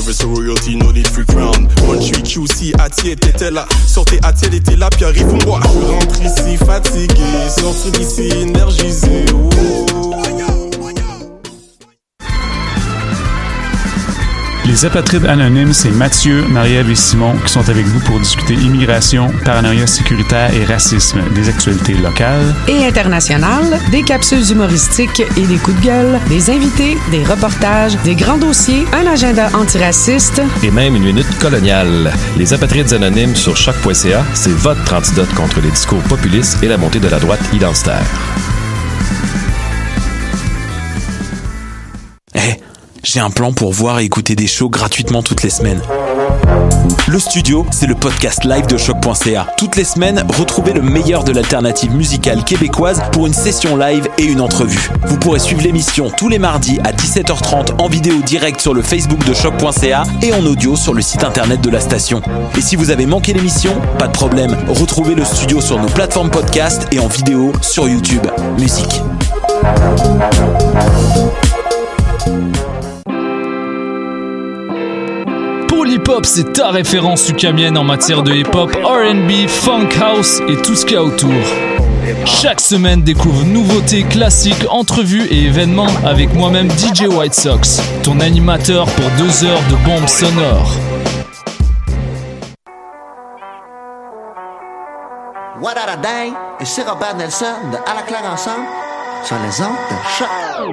Universal royalty, no need free crown. Montreal QC, Atier, t'étais là. Sortez Atier, elle était là, puis arrive-moi. Je rentre ici fatigué, sortir d'ici énergisé. Oh. Les apatrides anonymes, c'est Mathieu, Marielle et Simon qui sont avec vous pour discuter immigration, paranoïa sécuritaire et racisme, des actualités locales et internationales, des capsules humoristiques et des coups de gueule, des invités, des reportages, des grands dossiers, un agenda antiraciste et même une minute coloniale. Les apatrides anonymes sur choc.ca, c'est votre antidote contre les discours populistes et la montée de la droite identitaire. J'ai un plan pour voir et écouter des shows gratuitement toutes les semaines. Le Studio, c'est le podcast live de choc.ca. Toutes les semaines, retrouvez le meilleur de l'alternative musicale québécoise pour une session live et une entrevue. Vous pourrez suivre l'émission tous les mardis à 17h30 en vidéo directe sur le Facebook de choc.ca et en audio sur le site internet de la station. Et si vous avez manqué l'émission, pas de problème. Retrouvez le Studio sur nos plateformes podcast et en vidéo sur YouTube. Musique. Hip-Hop, c'est ta référence ukamienne en matière de hip-hop, R&B, funk house et tout ce qu'il y a autour. Chaque semaine, découvre nouveautés, classiques, entrevues et événements avec moi-même DJ White Sox, ton animateur pour 2 heures de bombes sonores. What a dang, et c'est Robert Nelson de À la claire ensemble sur les ondes de Choc.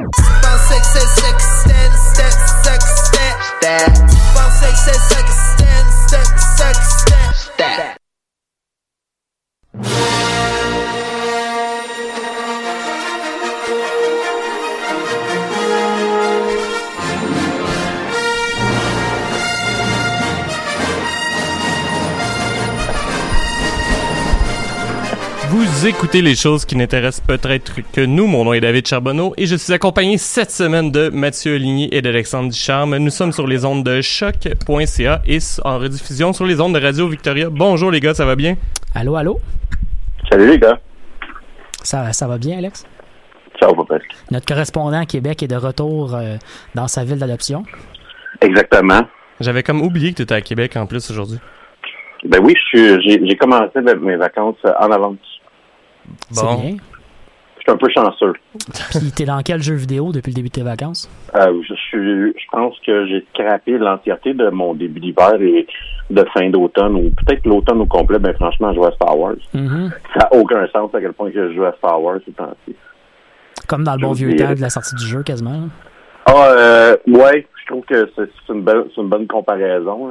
Vous écoutez les choses qui n'intéressent peut-être que nous. Mon nom est David Charbonneau et je suis accompagné cette semaine de Mathieu Ligny et d'Alexandre Ducharme. Nous sommes sur les ondes de choc.ca et en rediffusion sur les ondes de Radio Victoria. Bonjour les gars, ça va bien? Allô, allô? Salut les gars. Ça va bien, Alex? Ça va presque. Notre correspondant à Québec est de retour dans sa ville d'adoption. Exactement. J'avais comme oublié que tu étais à Québec en plus aujourd'hui. Ben oui, j'ai commencé mes vacances en avance. Bon. C'est bien. Je suis un peu chanceux. Puis t'es dans quel jeu vidéo depuis le début de tes vacances? Je pense que j'ai scrappé l'entièreté de mon début d'hiver et de fin d'automne, ou peut-être l'automne au complet. Ben franchement, je joue à Star Wars. Mm-hmm. Ça n'a aucun sens à quel point que je joue à Star Wars ces temps-ci. Comme dans le bon vieux temps de la sortie du jeu, quasiment. Ouais, je trouve que c'est une bonne comparaison.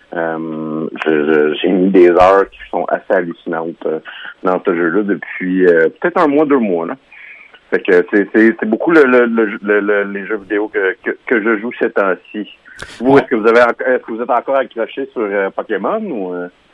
J'ai mis des heures qui sont assez hallucinantes dans ce jeu-là depuis peut-être 1 mois, 2 mois. Là. Fait que c'est beaucoup les jeux vidéo que je joue ces temps-ci. Vous, est-ce que vous êtes encore accroché sur Pokémon ou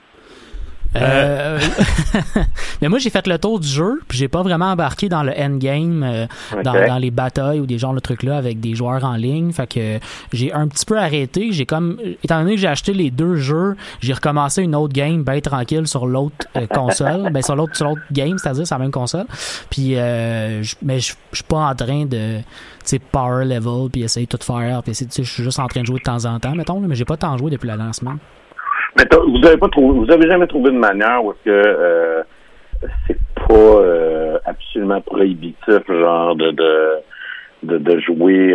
Mais moi j'ai fait le tour du jeu puis j'ai pas vraiment embarqué dans le endgame dans les batailles ou des genres de trucs là avec des joueurs en ligne, fait que j'ai un petit peu arrêté. J'ai comme, étant donné que j'ai acheté les 2 jeux, j'ai recommencé une autre game bien tranquille sur l'autre console, ben sur l'autre game, c'est-à-dire sur la même console, puis mais je suis pas en train de power level puis essayer de tout faire, puis je suis juste en train de jouer de temps en temps mettons, mais j'ai pas tant joué depuis la lancement. Mais vous avez jamais trouvé une manière où est-ce que c'est pas absolument prohibitif, genre de jouer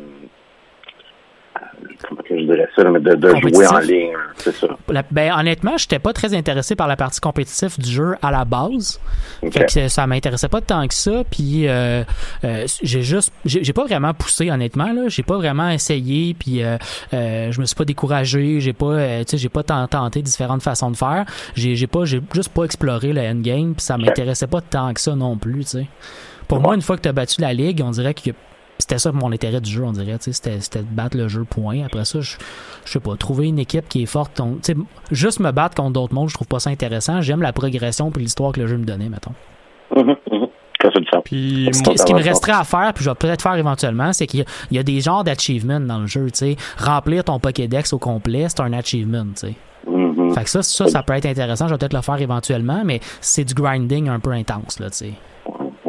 comment que je dirais ça, mais de jouer en ligne, c'est ça. Ben honnêtement, j'étais pas très intéressé par la partie compétitive du jeu à la base. Okay. Fait que ça m'intéressait pas tant que ça, puis j'ai pas vraiment poussé honnêtement là, j'ai pas vraiment essayé, puis je me suis pas découragé, j'ai pas tenté différentes façons de faire. J'ai juste pas exploré le endgame, puis ça m'intéressait pas tant que ça non plus, tu sais. Pour moi, une fois que t'as battu la ligue, on dirait que c'était ça mon intérêt du jeu, on dirait, tu sais, c'était de battre le jeu, point. Après ça, je sais pas, trouver une équipe qui est forte, tu sais, juste me battre contre d'autres mondes, je trouve pas ça intéressant. J'aime la progression puis l'histoire que le jeu me donnait, mettons. Puis ce qui me resterait à faire, puis je vais peut-être faire éventuellement, c'est qu'il y a des genres d'achievements dans le jeu, tu sais. Remplir ton Pokédex au complet, c'est un achievement, tu sais. Fait que ça peut être intéressant, je vais peut-être le faire éventuellement, mais c'est du grinding un peu intense, là, tu sais.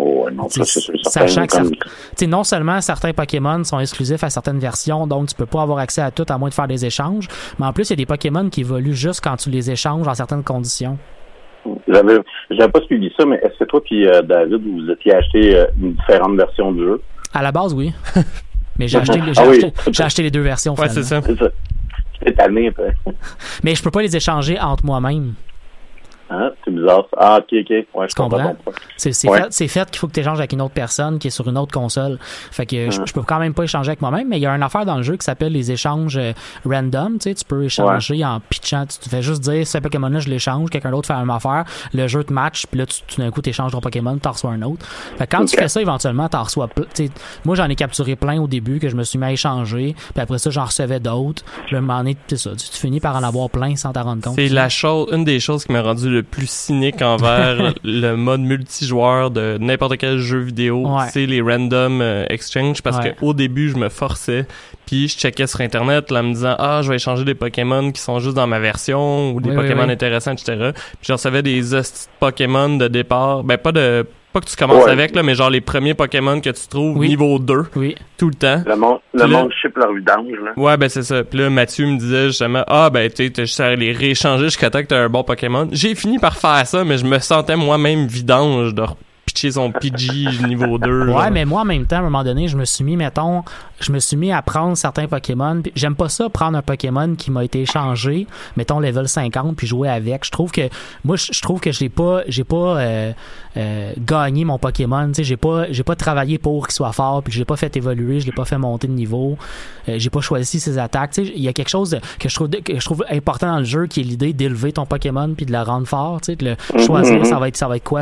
non, ça, c'est sûr, sachant que non seulement certains Pokémon sont exclusifs à certaines versions, donc tu peux pas avoir accès à tout à moins de faire des échanges, mais en plus, il y a des Pokémon qui évoluent juste quand tu les échanges en certaines conditions. J'avais pas suivi ça, mais est-ce que toi puis David, vous étiez acheté une différente version du jeu? À la base, oui. Mais j'ai acheté les deux versions. Ouais, c'est ça. C'est tanné, mais je peux pas les échanger entre moi-même. Ah, c'est bizarre. Ah, ok. Ouais, tu comprends? C'est fait qu'il faut que tu échanges avec une autre personne qui est sur une autre console. Fait que je peux quand même pas échanger avec moi-même, mais il y a une affaire dans le jeu qui s'appelle les échanges random. Tu sais, tu peux échanger en pitchant. Tu fais juste dire, ce Pokémon-là, je l'échange, quelqu'un d'autre fait la même affaire, le jeu te match, puis là, tout d'un coup, tu échanges ton Pokémon, tu en reçois un autre. Fait que quand tu fais ça, éventuellement, tu en reçois. Moi, j'en ai capturé plein au début que je me suis mis à échanger, puis après ça, j'en recevais d'autres. Puis là, c'est ça. Tu finis par en avoir plein sans t'en rendre compte. C'est une des choses qui m'a rendu le plus cynique envers le mode multijoueur de n'importe quel jeu vidéo, c'est les random exchange, parce que au début je me forçais, puis je checkais sur internet là, en me disant je vais échanger des Pokémon qui sont juste dans ma version ou des Pokémon intéressants, etc. Puis je recevais des Pokémon de départ, pas que tu commences avec, là, mais genre les premiers Pokémon que tu trouves niveau 2, tout le temps. Le monde ship leur vidange, là. Ouais, c'est ça. Puis là, Mathieu me disait justement, t'as juste à les rééchanger jusqu'à temps que t'as un bon Pokémon. J'ai fini par faire ça, mais je me sentais moi-même vidange de pitcher son Pidgey niveau 2. Ouais, genre. Mais moi, en même temps, à un moment donné, je me suis mis à prendre certains Pokémon. J'aime pas ça, prendre un Pokémon qui m'a été échangé, mettons level 50, puis jouer avec. Je trouve que j'ai pas gagné mon Pokémon. Tu sais, j'ai pas travaillé pour qu'il soit fort, puis je l'ai pas fait évoluer, je l'ai pas fait monter de niveau. J'ai pas choisi ses attaques. Tu sais, il y a quelque chose que je trouve important dans le jeu, qui est l'idée d'élever ton Pokémon puis de le rendre fort. Tu sais, de le choisir. Ça va être quoi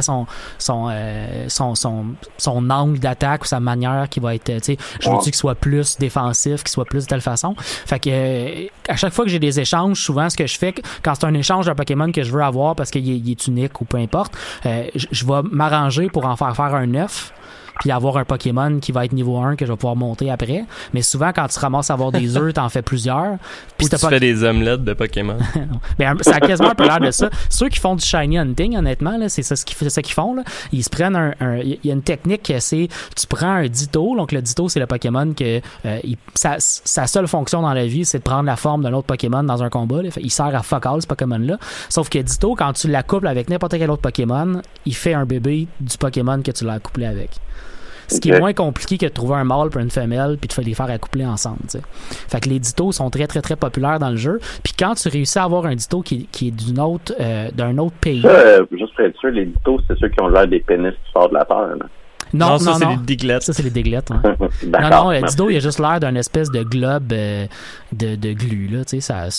son angle d'attaque ou sa manière qui va être, tu sais, je veux qu'il soit plus défensif, qu'il soit plus de telle façon. Fait que à chaque fois que j'ai des échanges, souvent ce que je fais quand c'est un échange d'un Pokémon que je veux avoir parce qu'il est unique ou peu importe, je vais m'arranger pour en faire un 9 puis avoir un Pokémon qui va être niveau 1 que je vais pouvoir monter après. Mais souvent, quand tu ramasses à avoir des œufs, t'en fais plusieurs. Puis tu fais des omelettes de Pokémon. Ben, ça a quasiment un peu l'air de ça. Ceux qui font du shiny hunting, honnêtement, là, c'est ça qu'ils font. Là. Ils se prennent il y a une technique, c'est tu prends un Ditto. Donc le Ditto, c'est le Pokémon que sa seule fonction dans la vie, c'est de prendre la forme d'un autre Pokémon dans un combat. Là. Il sert à fuck all, ce Pokémon-là. Sauf que Ditto, quand tu l'accouples avec n'importe quel autre Pokémon, il fait un bébé du Pokémon que tu l'as accouplé avec. Ce qui est moins compliqué que de trouver un mâle pour une femelle puis de les faire accoupler ensemble. T'sais. Fait que les Dittos sont très très très populaires dans le jeu. Puis quand tu réussis à avoir un Ditto qui est d'un autre pays. Ça, juste pour être sûr, les Dittos, c'est ceux qui ont l'air des pénis qui sortent de la terre. Là. Non, c'est les Diglett. Ça, c'est les Diglett. Ouais. Non, le Ditto, il a juste l'air d'un espèce de globe de glu. Là,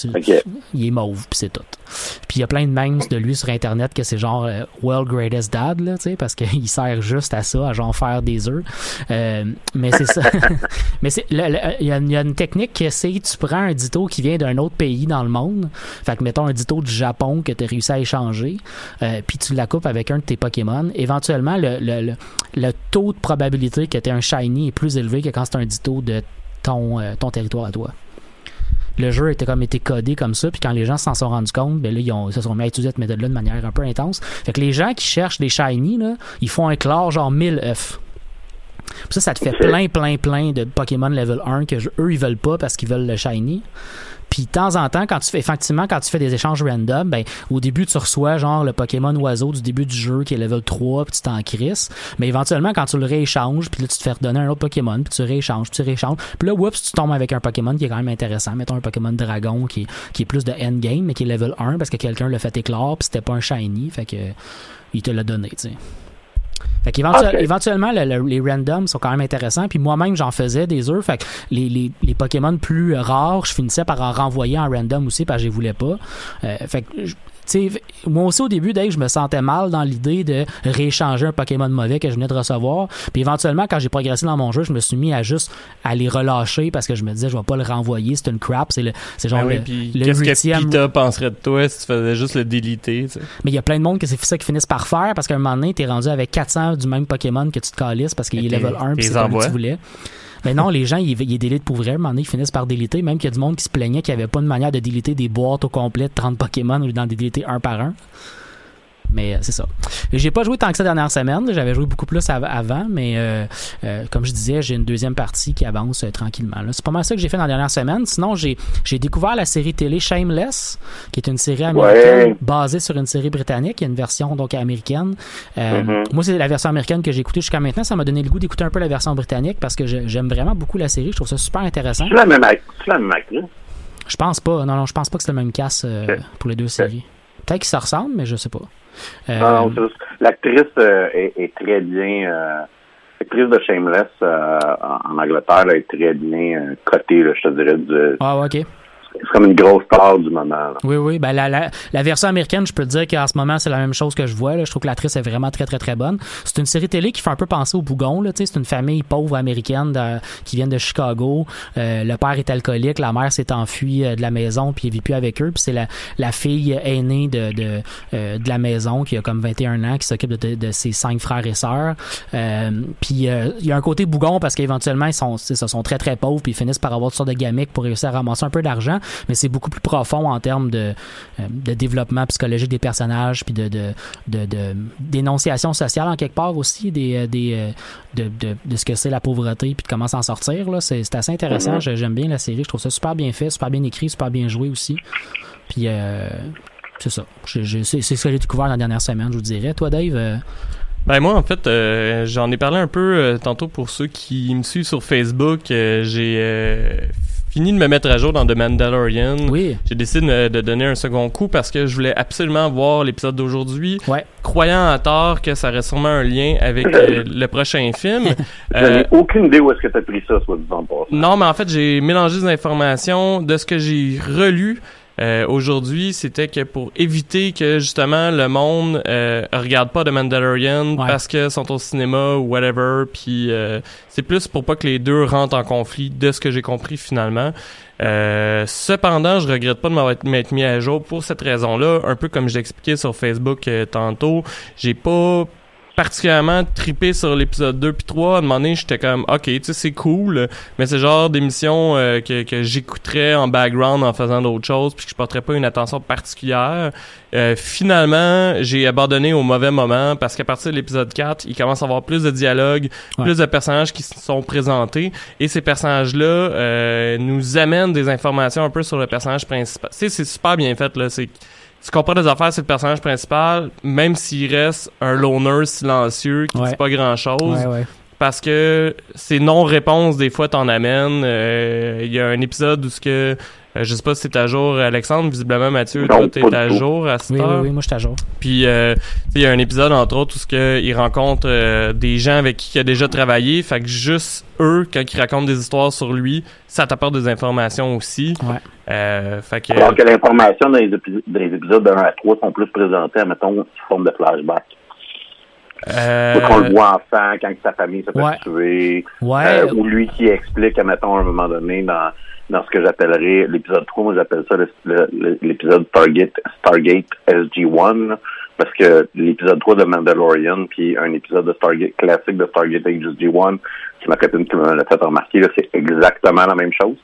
il est mauve, puis c'est tout. Puis il y a plein de memes de lui sur Internet que c'est genre World Greatest Dad, là, parce qu'il sert juste à ça, à genre faire des œufs. Mais c'est ça. Mais il y a une technique qui c'est tu prends un Ditto qui vient d'un autre pays dans le monde. Fait que mettons un Ditto du Japon que tu as réussi à échanger, puis tu la coupes avec un de tes Pokémon. Éventuellement, le taux de probabilité que tu aies un shiny est plus élevé que quand c'est un Ditto de ton territoire à toi. Le jeu était codé comme ça, puis quand les gens s'en sont rendus compte, ben là, ils se sont mis à utiliser cette méthode-là de manière un peu intense. Fait que les gens qui cherchent des shiny, là, ils font éclore genre 1000 œufs. Puis ça te fait plein de Pokémon level 1 que eux, ils veulent pas parce qu'ils veulent le shiny. Puis de temps en temps, quand tu fais des échanges random, ben au début tu reçois genre le Pokémon oiseau du début du jeu qui est level 3, puis tu t'en crisses. Mais éventuellement quand tu le rééchanges, puis là tu te fais redonner un autre Pokémon, puis tu rééchanges. Puis là tu tombes avec un Pokémon qui est quand même intéressant. Mettons un Pokémon dragon qui est plus de endgame mais qui est level 1 parce que quelqu'un l'a fait éclore, puis c'était pas un shiny, fait que il te l'a donné, tu sais. Fait qu'éventuellement, les randoms sont quand même intéressants. Puis moi-même, j'en faisais des œufs. Fait que les Pokémon plus rares, je finissais par en renvoyer en random aussi parce que je les voulais pas. Fait que moi aussi au début, Dave, je me sentais mal dans l'idée de rééchanger un Pokémon mauvais que je venais de recevoir. Puis éventuellement, quand j'ai progressé dans mon jeu, je me suis mis à les relâcher parce que je me disais, je vais pas le renvoyer, c'est une crap, c'est genre le qu'est-ce 8e... que Pita penserait de toi si tu faisais juste le déliter, t'sais? Mais il y a plein de monde que c'est ça qu'ils finissent par faire parce qu'à un moment donné, t'es rendu avec 400 du même Pokémon que tu te calisses parce qu'il est level 1 puis c'est comme tu voulais. Mais non, les gens, ils délitent pour vrai. À un moment donné, ils finissent par déliter. Même qu'il y a du monde qui se plaignait qu'il n'y avait pas de manière de déliter des boîtes au complet de 30 Pokémon ou d'en déliter un par un. Mais c'est ça. Et j'ai pas joué tant que ça dernière semaine. J'avais joué beaucoup plus avant, mais comme je disais, j'ai une deuxième partie qui avance tranquillement. Là. C'est pas mal ça que j'ai fait dans la dernière semaine. Sinon, j'ai découvert la série télé Shameless, qui est une série américaine basée sur une série britannique. Il y a une version donc américaine. Moi, c'est la version américaine que j'ai écoutée jusqu'à maintenant. Ça m'a donné le goût d'écouter un peu la version britannique parce que j'aime vraiment beaucoup la série. Je trouve ça super intéressant. C'est la même actrice? Je pense pas. Non, je pense pas que c'est le même cast pour les deux séries. Peut-être qu'ils se ressemblent, mais je sais pas. Non, l'actrice est très bien. L'actrice de Shameless en Angleterre là, est très bien cotée, là, je te dirais. Ah, ok. C'est comme une grosse star du moment. Là. Oui. Ben, la version américaine, je peux te dire qu'en ce moment, c'est la même chose que je vois. Là. Je trouve que l'actrice est vraiment très, très, très bonne. C'est une série télé qui fait un peu penser au Bougon. Là. C'est une famille pauvre américaine qui vient de Chicago. Le père est alcoolique. La mère s'est enfuie de la maison puis elle vit plus avec eux. Puis c'est la fille aînée de la maison qui a comme 21 ans qui s'occupe de ses 5 frères et sœurs. Puis il y a un côté Bougon parce qu'éventuellement, ils sont très, très pauvres puis ils finissent par avoir toutes sortes de gimmicks pour réussir à ramasser un peu d'argent. Mais c'est beaucoup plus profond en termes de développement psychologique des personnages puis de d'énonciation sociale en quelque part aussi de ce que c'est la pauvreté puis de comment s'en sortir là. C'est assez intéressant. J'aime bien la série. Je trouve ça super bien fait, super bien écrit, super bien joué aussi. Puis c'est ça. C'est ce que j'ai découvert dans la dernière semaine, je vous dirais. Toi, Dave? Ben moi, en fait, j'en ai parlé un peu tantôt pour ceux qui me suivent sur Facebook. J'ai fini de me mettre à jour dans The Mandalorian. Oui. J'ai décidé de donner un second coup parce que je voulais absolument voir l'épisode d'aujourd'hui, croyant à tort que ça aurait sûrement un lien avec le prochain film. Je n'ai aucune idée où est-ce que tu as pris ça, soit disant pas. Non, mais en fait, j'ai mélangé des informations de ce que j'ai relu. Aujourd'hui, c'était que pour éviter que justement le monde regarde pas The Mandalorian parce que sont au cinéma ou whatever, puis c'est plus pour pas que les deux rentrent en conflit de ce que j'ai compris finalement. Cependant, je regrette pas de m'être mis à jour pour cette raison-là, un peu comme je l'expliquais sur Facebook tantôt. J'ai pas particulièrement trippé sur l'épisode 2 puis 3. À un moment donné, j'étais comme OK, tu sais, c'est cool, mais c'est le genre d'émission que j'écouterais en background en faisant d'autres choses puis que je porterais pas une attention particulière. Finalement, j'ai abandonné au mauvais moment parce qu'à partir de l'épisode 4, il commence à avoir plus de dialogues, plus de personnages qui sont présentés et ces personnages-là nous amènent des informations un peu sur le personnage principal. Tu sais, c'est super bien fait, là. Tu comprends des affaires, c'est le personnage principal, même s'il reste un loner silencieux qui dit pas grand-chose. Parce que ces non-réponses, des fois, t'en amènent. Il y a un épisode où je sais pas si t'es à jour, Alexandre. Visiblement, Mathieu, toi, t'es à jour à cette heure. Oui, moi, je suis à jour. Puis, il y a un épisode, entre autres, où il rencontre des gens avec qui il a déjà travaillé. Fait que juste eux, quand ils racontent des histoires sur lui, ça t'apporte des informations aussi. Fait que... Alors que l'information dans les épisodes de 1 à 3 sont plus présentées, mettons, sous forme de flashback. Qu'on le voit enfant, quand sa famille se fait tuer, ou lui qui explique, mettons, à un moment donné, dans ce que j'appellerais l'épisode 3, moi j'appelle ça l'épisode Stargate SG-1, parce que l'épisode 3 de Mandalorian, puis un épisode de Stargate classique de Stargate SG-1, c'est ma copine qui me l'a fait remarquer, là, c'est exactement la même chose.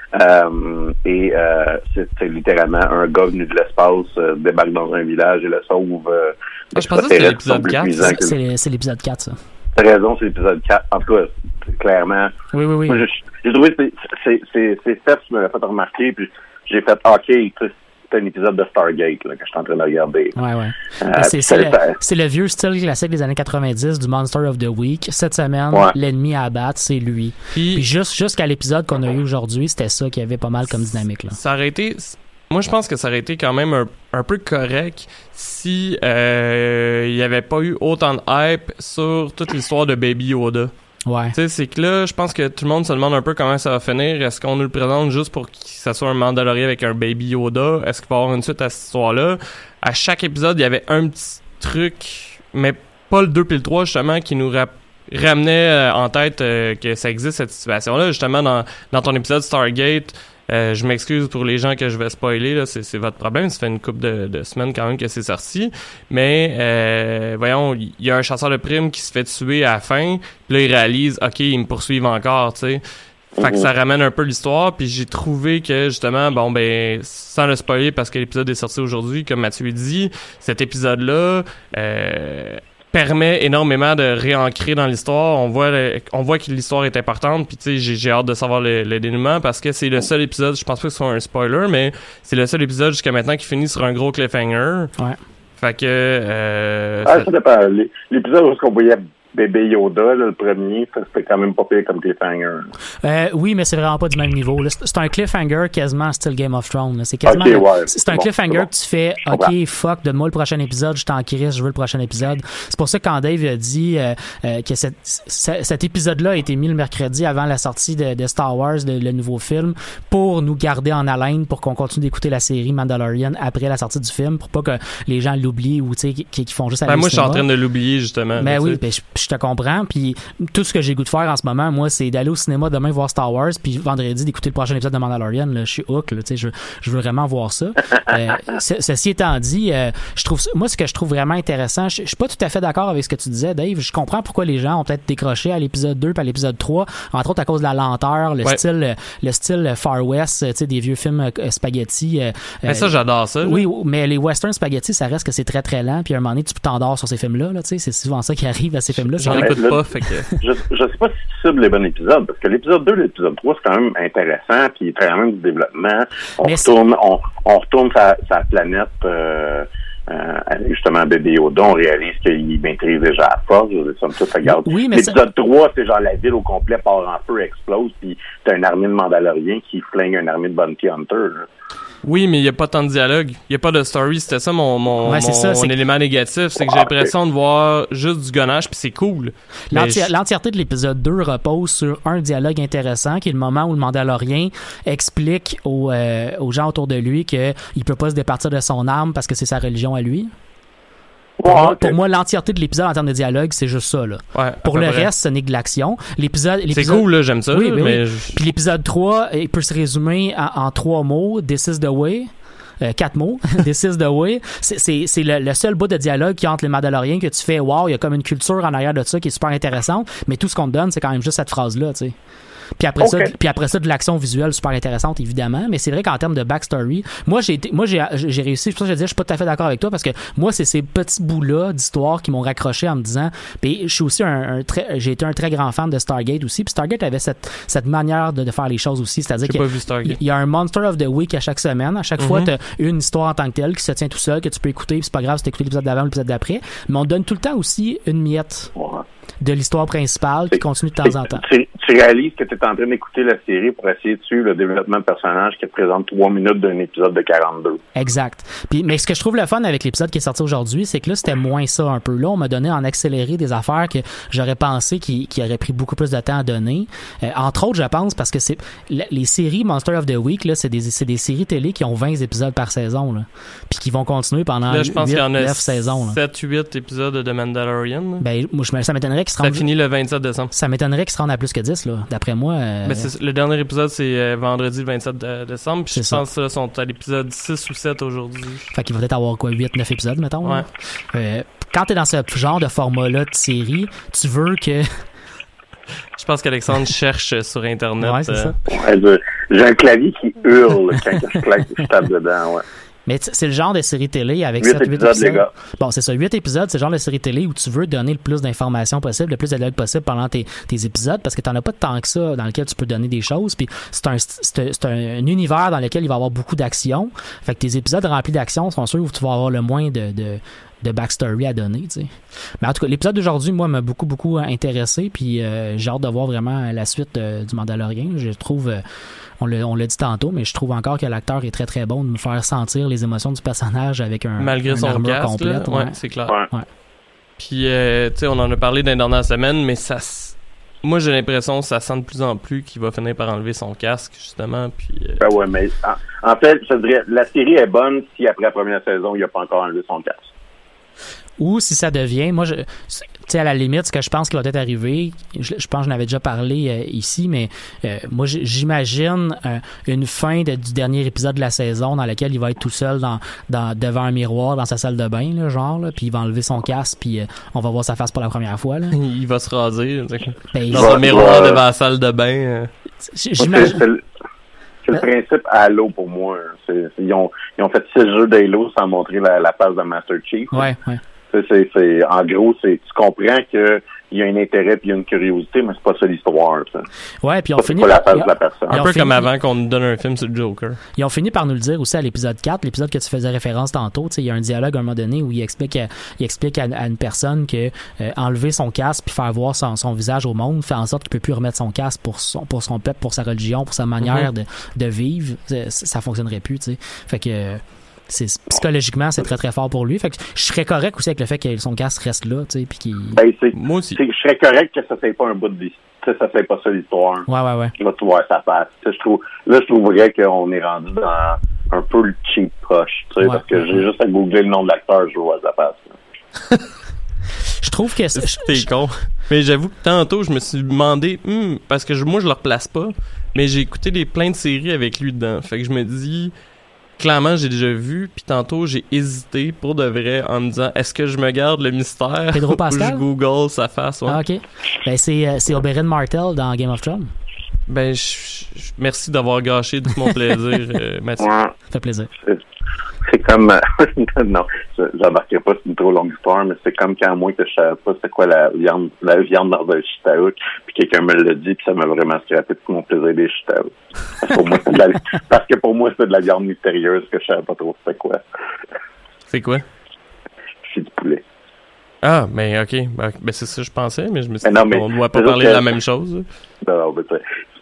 C'est littéralement un gars venu de l'espace débarque dans un village et le sauve. Je pensais que c'était l'épisode 4. C'est l'épisode 4, ça. T'as raison, c'est l'épisode 4. En tout cas, clairement. Oui. Moi, j'ai trouvé que c'est Steph qui me l'a fait remarquer, puis j'ai fait OK, c'est un épisode de Stargate là, que je suis en train de regarder. C'est le vieux style classique des années 90 du Monster of the Week. Cette semaine, l'ennemi à abattre, c'est lui. Puis jusqu'à l'épisode qu'on a eu aujourd'hui, c'était ça qui avait pas mal comme dynamique. Là. Ça aurait été... Moi, je pense que ça aurait été quand même un peu correct si il n'y avait pas eu autant de hype sur toute l'histoire de Baby Yoda. Tu sais, c'est que là, je pense que tout le monde se demande un peu comment ça va finir. Est-ce qu'on nous le présente juste pour que ça soit un Mandalorian avec un Baby Yoda? Est-ce qu'il va y avoir une suite à cette histoire-là? À chaque épisode, il y avait un petit truc, mais pas le 2 puis le 3, justement, qui nous ramenait en tête que ça existe, cette situation-là. Justement, dans ton épisode Stargate, je m'excuse pour les gens que je vais spoiler, là, c'est votre problème, ça fait une couple de semaines quand même que c'est sorti, mais voyons, il y a un chasseur de primes qui se fait tuer à la fin, puis là il réalise, ok, ils me poursuivent encore, tu sais. Fait que ça ramène un peu l'histoire, puis j'ai trouvé que justement, sans le spoiler parce que l'épisode est sorti aujourd'hui, comme Mathieu dit, cet épisode-là permet énormément de réancrer dans l'histoire. On voit que l'histoire est importante, puis tu sais, j'ai hâte de savoir le dénouement parce que c'est le seul épisode, je pense pas que ce soit un spoiler, mais c'est le seul épisode jusqu'à maintenant qui finit sur un gros cliffhanger. Ouais. Fait que... ça dépend. L'épisode où on voyait Bébé Yoda, là, le premier, c'était quand même pas pire comme cliffhanger. Oui, mais c'est vraiment pas du même niveau. Là. C'est un cliffhanger quasiment style Game of Thrones. Là. C'est quasiment c'est un cliffhanger que tu fais OK, fuck, donne-moi le prochain épisode, je t'en crisse, je veux le prochain épisode. C'est pour ça que quand Dave a dit que cet épisode-là a été mis le mercredi avant la sortie de Star Wars, le nouveau film, pour nous garder en haleine, pour qu'on continue d'écouter la série Mandalorian après la sortie du film, pour pas que les gens l'oublient ou qui font juste aller au cinéma. Moi, je suis en train de l'oublier, justement. Ben oui, je te comprends. Puis tout ce que j'ai goût de faire en ce moment, moi, c'est d'aller au cinéma demain voir Star Wars, puis vendredi d'écouter le prochain épisode de Mandalorian. Là, je suis hook, là, je veux vraiment voir ça. Ceci étant dit, ce que je trouve vraiment intéressant, je suis pas tout à fait d'accord avec ce que tu disais, Dave. Je comprends pourquoi les gens ont peut-être décroché à l'épisode 2 puis à l'épisode 3, entre autres à cause de la lenteur, le style Far West, des vieux films spaghetti. Mais ça, j'adore ça. Oui, mais les western spaghetti, ça reste que c'est très très lent, puis à un moment donné, tu t'endors sur ces films-là. Là, c'est souvent ça qui arrive à ces films-là. J'en écoute pas, fait que... je sais pas si tu cibles les bons épisodes, parce que l'épisode 2 et l'épisode 3, c'est quand même intéressant, puis il y a quand même du développement. On retourne sa planète, justement, Bébé Yoda, on réalise qu'il maîtrise déjà la force. Oui, mais l'épisode 3, c'est genre la ville au complet part en feu, explose, puis t'as une armée de Mandaloriens qui flingue une armée de Bounty Hunter. Là. Oui, mais il n'y a pas tant de dialogue. Il n'y a pas de story. C'était ça mon élément négatif. C'est que j'ai l'impression de voir juste du gonnage, puis c'est cool. L'entièreté de l'épisode 2 repose sur un dialogue intéressant, qui est le moment où le Mandalorien explique aux gens autour de lui qu'il ne peut pas se départir de son arme parce que c'est sa religion à lui. Pour moi, l'entièreté de l'épisode en termes de dialogue, c'est juste ça. Là. Ouais, pour le reste, ce n'est que de l'action. C'est cool, là, j'aime ça. Oui, là, mais Puis l'épisode 3, il peut se résumer en 3 mots. This is the way. 4 mots. This is the way. C'est le seul bout de dialogue qui entre les Mandaloriens que tu fais, wow, il y a comme une culture en arrière de ça qui est super intéressante, mais tout ce qu'on te donne, c'est quand même juste cette phrase-là, tu sais. Puis après ça, de l'action visuelle super intéressante, évidemment. Mais c'est vrai qu'en termes de backstory, moi, j'ai réussi. C'est pour ça que je disais, je suis pas tout à fait d'accord avec toi parce que moi, c'est ces petits bouts-là d'histoire qui m'ont raccroché en me disant. Puis je suis aussi j'ai été un très grand fan de Stargate aussi. Puis Stargate avait cette manière de faire les choses aussi. C'est-à-dire qu'il y a un Monster of the Week à chaque semaine. À chaque fois, t'as une histoire en tant que telle qui se tient tout seul, que tu peux écouter. Puis c'est pas grave si t'écoutes l'épisode d'avant ou l'épisode d'après. Mais on donne tout le temps aussi une miette de l'histoire principale qui continue de temps en temps. Tu réalises que tu es en train d'écouter la série pour essayer de suivre le développement de personnage qui représente 3 minutes d'un épisode de 42. Exact. Mais ce que je trouve le fun avec l'épisode qui est sorti aujourd'hui, c'est que là, c'était moins ça un peu. Là, on m'a donné en accéléré des affaires que j'aurais pensé qui auraient pris beaucoup plus de temps à donner. Entre autres, je pense, parce que c'est les séries Monster of the Week, là, c'est des séries télé qui ont 20 épisodes par saison. Là, puis qui vont continuer pendant 8, 9 saisons. 7-8 épisodes de Mandalorian. Ben, moi, ça m'étonnerait qu'ils se rendent... Ça finit le 27 décembre. Ça m'étonnerait qu'ils se rendent à plus que 10, là. D'après moi... Ben le dernier épisode, c'est vendredi le 27 décembre. Puis je pense qu'ils sont à l'épisode 6 ou 7 aujourd'hui. Fait qu'il va peut-être avoir 8-9 épisodes, mettons. Ouais. Quand t'es dans ce genre de format-là de série, tu veux que... Je pense qu'Alexandre cherche sur Internet. Ouais, c'est ça. Ouais, j'ai un clavier qui hurle quand je tape dedans, ouais. Mais c'est le genre de série télé avec 8 épisodes, les gars. Bon, c'est ça, 8 épisodes, c'est le genre de série télé où tu veux donner le plus d'informations possible, le plus de dialogue possible pendant tes épisodes, parce que t'en as pas tant que ça dans lequel tu peux donner des choses, puis c'est un univers dans lequel il va y avoir beaucoup d'action. Fait que tes épisodes remplis d'action sont ceux où tu vas avoir le moins de backstory à donner, tu sais. Mais en tout cas, l'épisode d'aujourd'hui, moi, m'a beaucoup intéressé, puis j'ai hâte de voir vraiment la suite du Mandalorian. Je trouve... On l'a dit tantôt, mais je trouve encore que l'acteur est très très bon de me faire sentir les émotions du personnage avec malgré son armure casque, complète. Ouais, c'est clair. Ouais. Puis, tu sais, on en a parlé dans les dernières semaines, mais moi, j'ai l'impression que ça sent de plus en plus qu'il va finir par enlever son casque, justement. Puis, Ben ouais, mais en fait, je dirais, la série est bonne si après la première saison, il n'a pas encore enlevé son casque. Ou si ça devient, moi, tu sais, à la limite, ce que je pense qui va peut-être arriver, je pense que j'en avais déjà parlé ici, mais moi, j'imagine une fin du dernier épisode de la saison dans laquelle il va être tout seul devant un miroir dans sa salle de bain, là, genre, là, puis il va enlever son casque, puis on va voir sa face pour la première fois. Là. Il va se raser ben, dans un miroir devant la salle de bain. J'imagine... C'est le principe Halo pour moi. Ils ont fait 6 jeux d'Halo sans montrer la face de Master Chief. Ouais. En gros, tu comprends que il y a un intérêt puis il y a une curiosité, mais c'est pas ça l'histoire. Ça. Ouais, puis on finit pas la face de la personne. Un peu comme avant qu'on nous donne un film sur le Joker. Ils ont fini par nous le dire aussi à l'épisode 4, l'épisode que tu faisais référence tantôt. Il y a un dialogue à un moment donné où il explique à une personne que enlever son casque puis faire voir son visage au monde fait en sorte qu'il peut plus remettre son casque pour son peuple, pour sa religion, pour sa manière de vivre. Ça fonctionnerait plus. T'sais. Fait que psychologiquement, c'est très très fort pour lui. Fait que je serais correct aussi avec le fait que son casque reste là, tu sais, puis qu'il... Moi aussi. Je serais correct que ça soit pas un bout de l'histoire. Ça c'est pas ça l'histoire. Ouais. Là, tu vois sa face. Je trouverais qu'on est rendu dans un peu le cheap push, tu sais, parce que j'ai juste à googler le nom de l'acteur, je vois sa face. Je trouve que c'est con. Mais j'avoue que tantôt, je me suis demandé, parce que moi, je le replace pas, mais j'ai écouté plein de séries avec lui dedans. Fait que je me dis... Clairement, j'ai déjà vu, puis tantôt, j'ai hésité pour de vrai en me disant, est-ce que je me garde le mystère Pedro Pascal? ou je Google sa face? Ouais. Ah, OK. Ben, c'est Oberyn Martell dans Game of Thrones. Ben, merci d'avoir gâché tout mon plaisir, Mathieu. Ça fait plaisir. C'est comme... non, j'embarquerai pas, c'est une trop longue histoire, mais c'est comme quand moi que je savais pas c'est quoi la viande dans un shitaouk, puis quelqu'un me l'a dit, puis ça m'a vraiment scrappé tout mon plaisir des shitaouks. Parce que pour moi, c'est de la viande mystérieuse que je savais pas trop c'est quoi. C'est quoi? C'est du poulet. Ah, mais OK. Ben, c'est ça que je pensais, mais je me suis dit qu'on ne doit pas parler de la même chose. Non, mais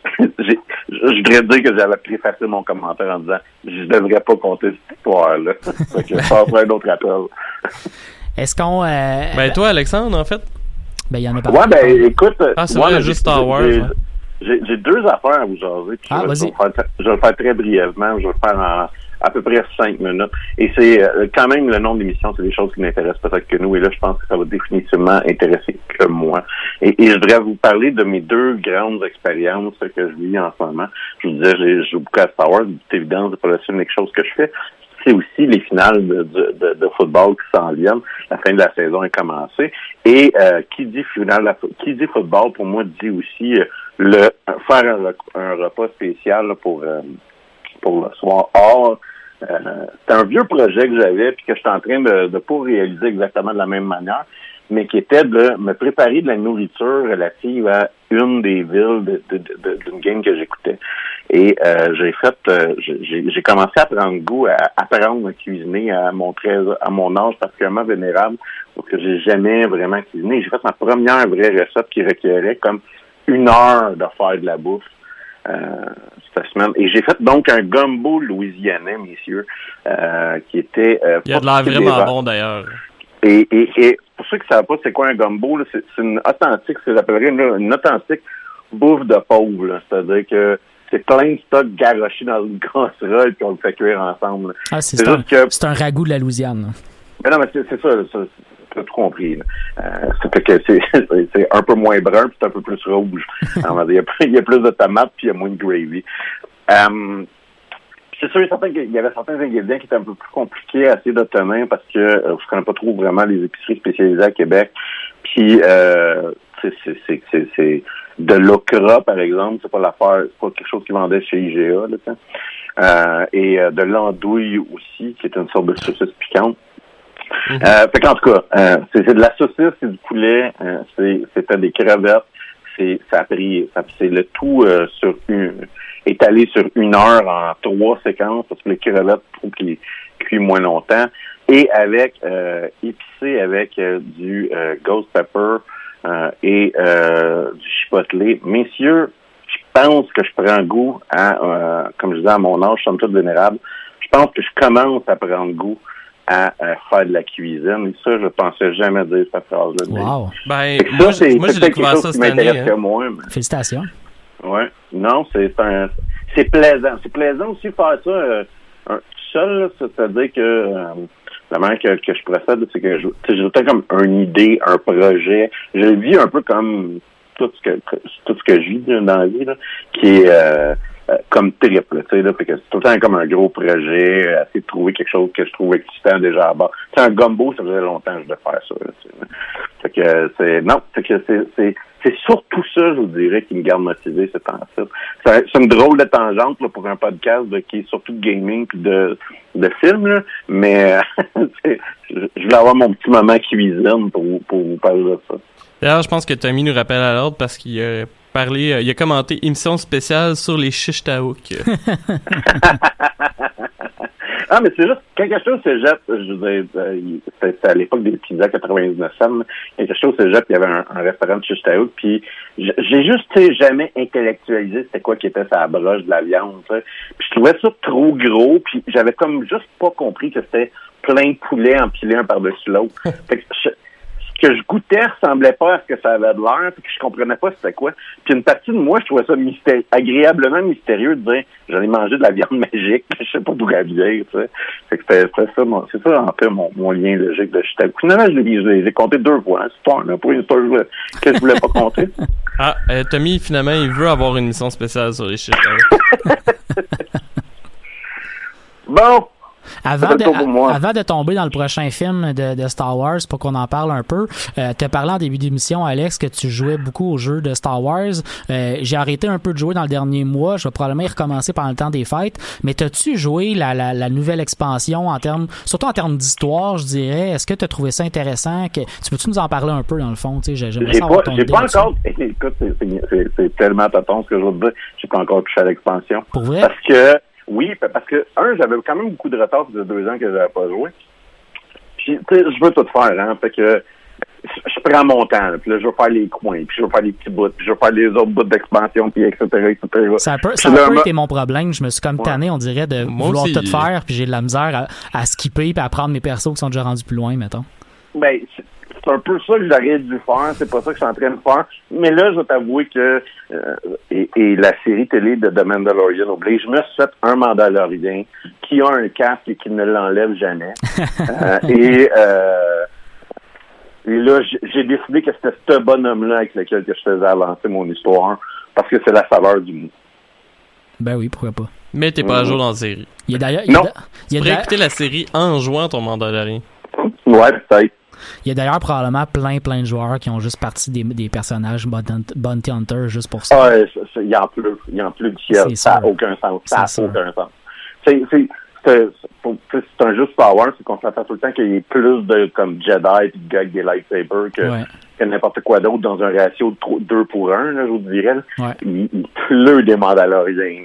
je voudrais dire que j'avais préfacé mon commentaire en disant je devrais pas compter cette histoire-là. Fait que je passerai un autre appel. Est-ce qu'on... Ben toi, Alexandre, en fait? Ben, il y en a pas. Ouais, ben écoute... c'est vrai, juste Star Wars. J'ai 2 affaires à vous jaser. Puis je vais le faire très brièvement. Je vais le faire en à peu près 5 minutes. Et c'est quand même le nom de l'émission, c'est des choses qui m'intéressent peut-être que nous. Et là, je pense que ça va définitivement intéresser que moi. Et je voudrais vous parler de mes 2 grandes expériences que je vis en ce moment. Je vous disais, j'ai joué beaucoup à Star Wars. C'est évident, c'est pas la seule chose que je fais. C'est aussi les finales de football qui s'en viennent. La fin de la saison est commencée. Et qui dit football, pour moi, dit aussi faire un repas spécial là, pour le soir. Or, c'est un vieux projet que j'avais puis que je suis en train de pas réaliser exactement de la même manière, mais qui était de me préparer de la nourriture relative à une des villes d'une game que j'écoutais. Et j'ai commencé à prendre goût à apprendre à cuisiner à mon âge particulièrement vénérable, parce que j'ai jamais vraiment cuisiné. J'ai fait ma première vraie recette qui requérait comme 1 heure de faire de la bouffe. Cette semaine. Et j'ai fait donc un gumbo louisianais, messieurs, qui était... il a de l'air vraiment bon, d'ailleurs. Et pour ceux qui ne savent pas c'est quoi un gumbo, là, c'est une authentique, ce que j'appellerais une authentique bouffe de pauvre. Là. C'est-à-dire que c'est plein de stock garoché dans une casserole puis on le fait cuire ensemble. Ah, c'est un ragoût de la Louisiane. Mais non, mais c'est ça t'as tout compris. C'est un peu moins brun puis c'est un peu plus rouge. Il y a plus de tomates puis il y a moins de gravy. C'est sûr et certain qu'il y avait certains ingrédients qui étaient un peu plus compliqués à essayer d'obtenir parce que je connais pas trop vraiment les épiceries spécialisées à Québec. Puis c'est de l'okra, par exemple, c'est pas quelque chose qu'ils vendaient chez IGA, là, et de l'andouille aussi, qui est une sorte de saucisse piquante. Fait qu'en tout cas, c'est de la saucisse, c'est du poulet, c'était des crevettes, c'est le tout étalé sur 1 heure en 3 séquences, parce que les crevettes, je trouve qu'ils cuisent moins longtemps, et avec épicé avec du ghost pepper et du chipotle. Messieurs, je pense que je prends goût à, comme je disais, à mon âge, je suis toute vénérable, je pense que je commence à prendre goût à faire de la cuisine. Et ça, je pensais jamais dire cette phrase-là. Wow! Ben, moi, j'ai découvert ça cette année. Que moi, mais... Félicitations. Ouais. Non, c'est plaisant. C'est plaisant aussi de faire ça seul, c'est-à-dire que la manière que je procède, c'est que j'ai comme une idée, un projet. Je le vis un peu comme tout ce que je vis dans la vie, là, qui est comme triple, tu sais, là, fait que c'est tout le temps comme un gros projet, essayer de trouver quelque chose que je trouve excitant déjà à bord. C'est un gumbo, ça faisait longtemps que je devais faire ça, là, fait que c'est surtout ça, je vous dirais, qui me garde motivé, c'est c'est une drôle de tangente, là, pour un podcast qui est surtout de gaming puis de film, là, mais je voulais avoir mon petit moment cuisine pour vous parler de ça. D'ailleurs, je pense que Tommy nous rappelle à l'ordre parce qu'il a il a commenté émission spéciale sur les chiches taouk. Ah, mais c'est juste, quelque chose se jette, je veux dire, c'était à l'époque des pizzas 99 cents, quelque chose se jette, il y avait un restaurant de chiches taouk, puis j'ai juste, jamais intellectualisé c'était quoi qui était sa broche de la viande, t'sais. Puis je trouvais ça trop gros, puis j'avais comme juste pas compris que c'était plein de poulets empilés un par-dessus l'autre. Fait que ce que je goûtais ressemblait pas à ce que ça avait de l'air, puis que je comprenais pas c'était quoi. Puis une partie de moi, je trouvais ça agréablement mystérieux de dire j'en ai mangé de la viande magique, je sais pas d'où elle vient, tu sais. Fait que c'est ça en fait mon lien logique de Chicago. Finalement, je l'ai compté 2 fois, hein, histoire, là, pas une histoire que je voulais pas compter. Ah, Tommy, finalement, il veut avoir une émission spéciale sur les chiches. Bon. Avant de tomber dans le prochain film de Star Wars, pour qu'on en parle un peu, t'as parlé en début d'émission, Alex, que tu jouais beaucoup aux jeux de Star Wars. J'ai arrêté un peu de jouer dans le dernier mois. Je vais probablement y recommencer pendant le temps des fêtes. Mais t'as-tu joué la nouvelle expansion surtout en termes d'histoire, je dirais? Est-ce que t'as trouvé ça intéressant? Tu peux-tu nous en parler un peu, dans le fond? J'aimerais savoir ton idée. J'ai pas encore... Écoute, c'est tellement tonton ce que je veux te dire. J'ai pas encore touché à l'expansion. Pour vrai? Oui, parce que, j'avais quand même beaucoup de retard de 2 ans que j'avais pas joué. Puis, tu sais, je veux tout faire, hein. Fait que, je prends mon temps, puis là, je veux faire les coins, puis je veux faire les petits bouts, puis je veux faire les autres bouts d'expansion, puis etc., etc. Ça a un peu été mon problème. Je me suis comme tanné, on dirait, de vouloir tout faire, puis j'ai de la misère à skipper, puis à prendre mes persos qui sont déjà rendus plus loin, mettons. Ben, c'est un peu ça que j'aurais dû faire, c'est pas ça que je suis en train de faire. Mais là, je vais t'avouer que et la série télé de The Mandalorian oblige, je me suis fait un Mandalorien qui a un casque et qui ne l'enlève jamais. Et là, j'ai décidé que c'était ce bonhomme-là avec lequel que je faisais avancer mon histoire, parce que c'est la saveur du mot. Ben oui, pourquoi pas. Mais t'es pas à jour dans la série. Tu pourrais écouter la série en jouant ton Mandalorian. Ouais, peut-être. Il y a d'ailleurs probablement plein de joueurs qui ont juste parti des personnages Bounty Hunter juste pour ça. Ah, il y en plus du ciel. Ça n'a aucun sens. C'est un jeu Star Wars, c'est qu'on s'attend tout le temps qu'il y ait plus de comme Jedi et de gars avec des lightsabers que n'importe quoi d'autre dans un ratio de 2 pour 1, là, je vous dirais. Ouais. Il pleut des Mandaloriens.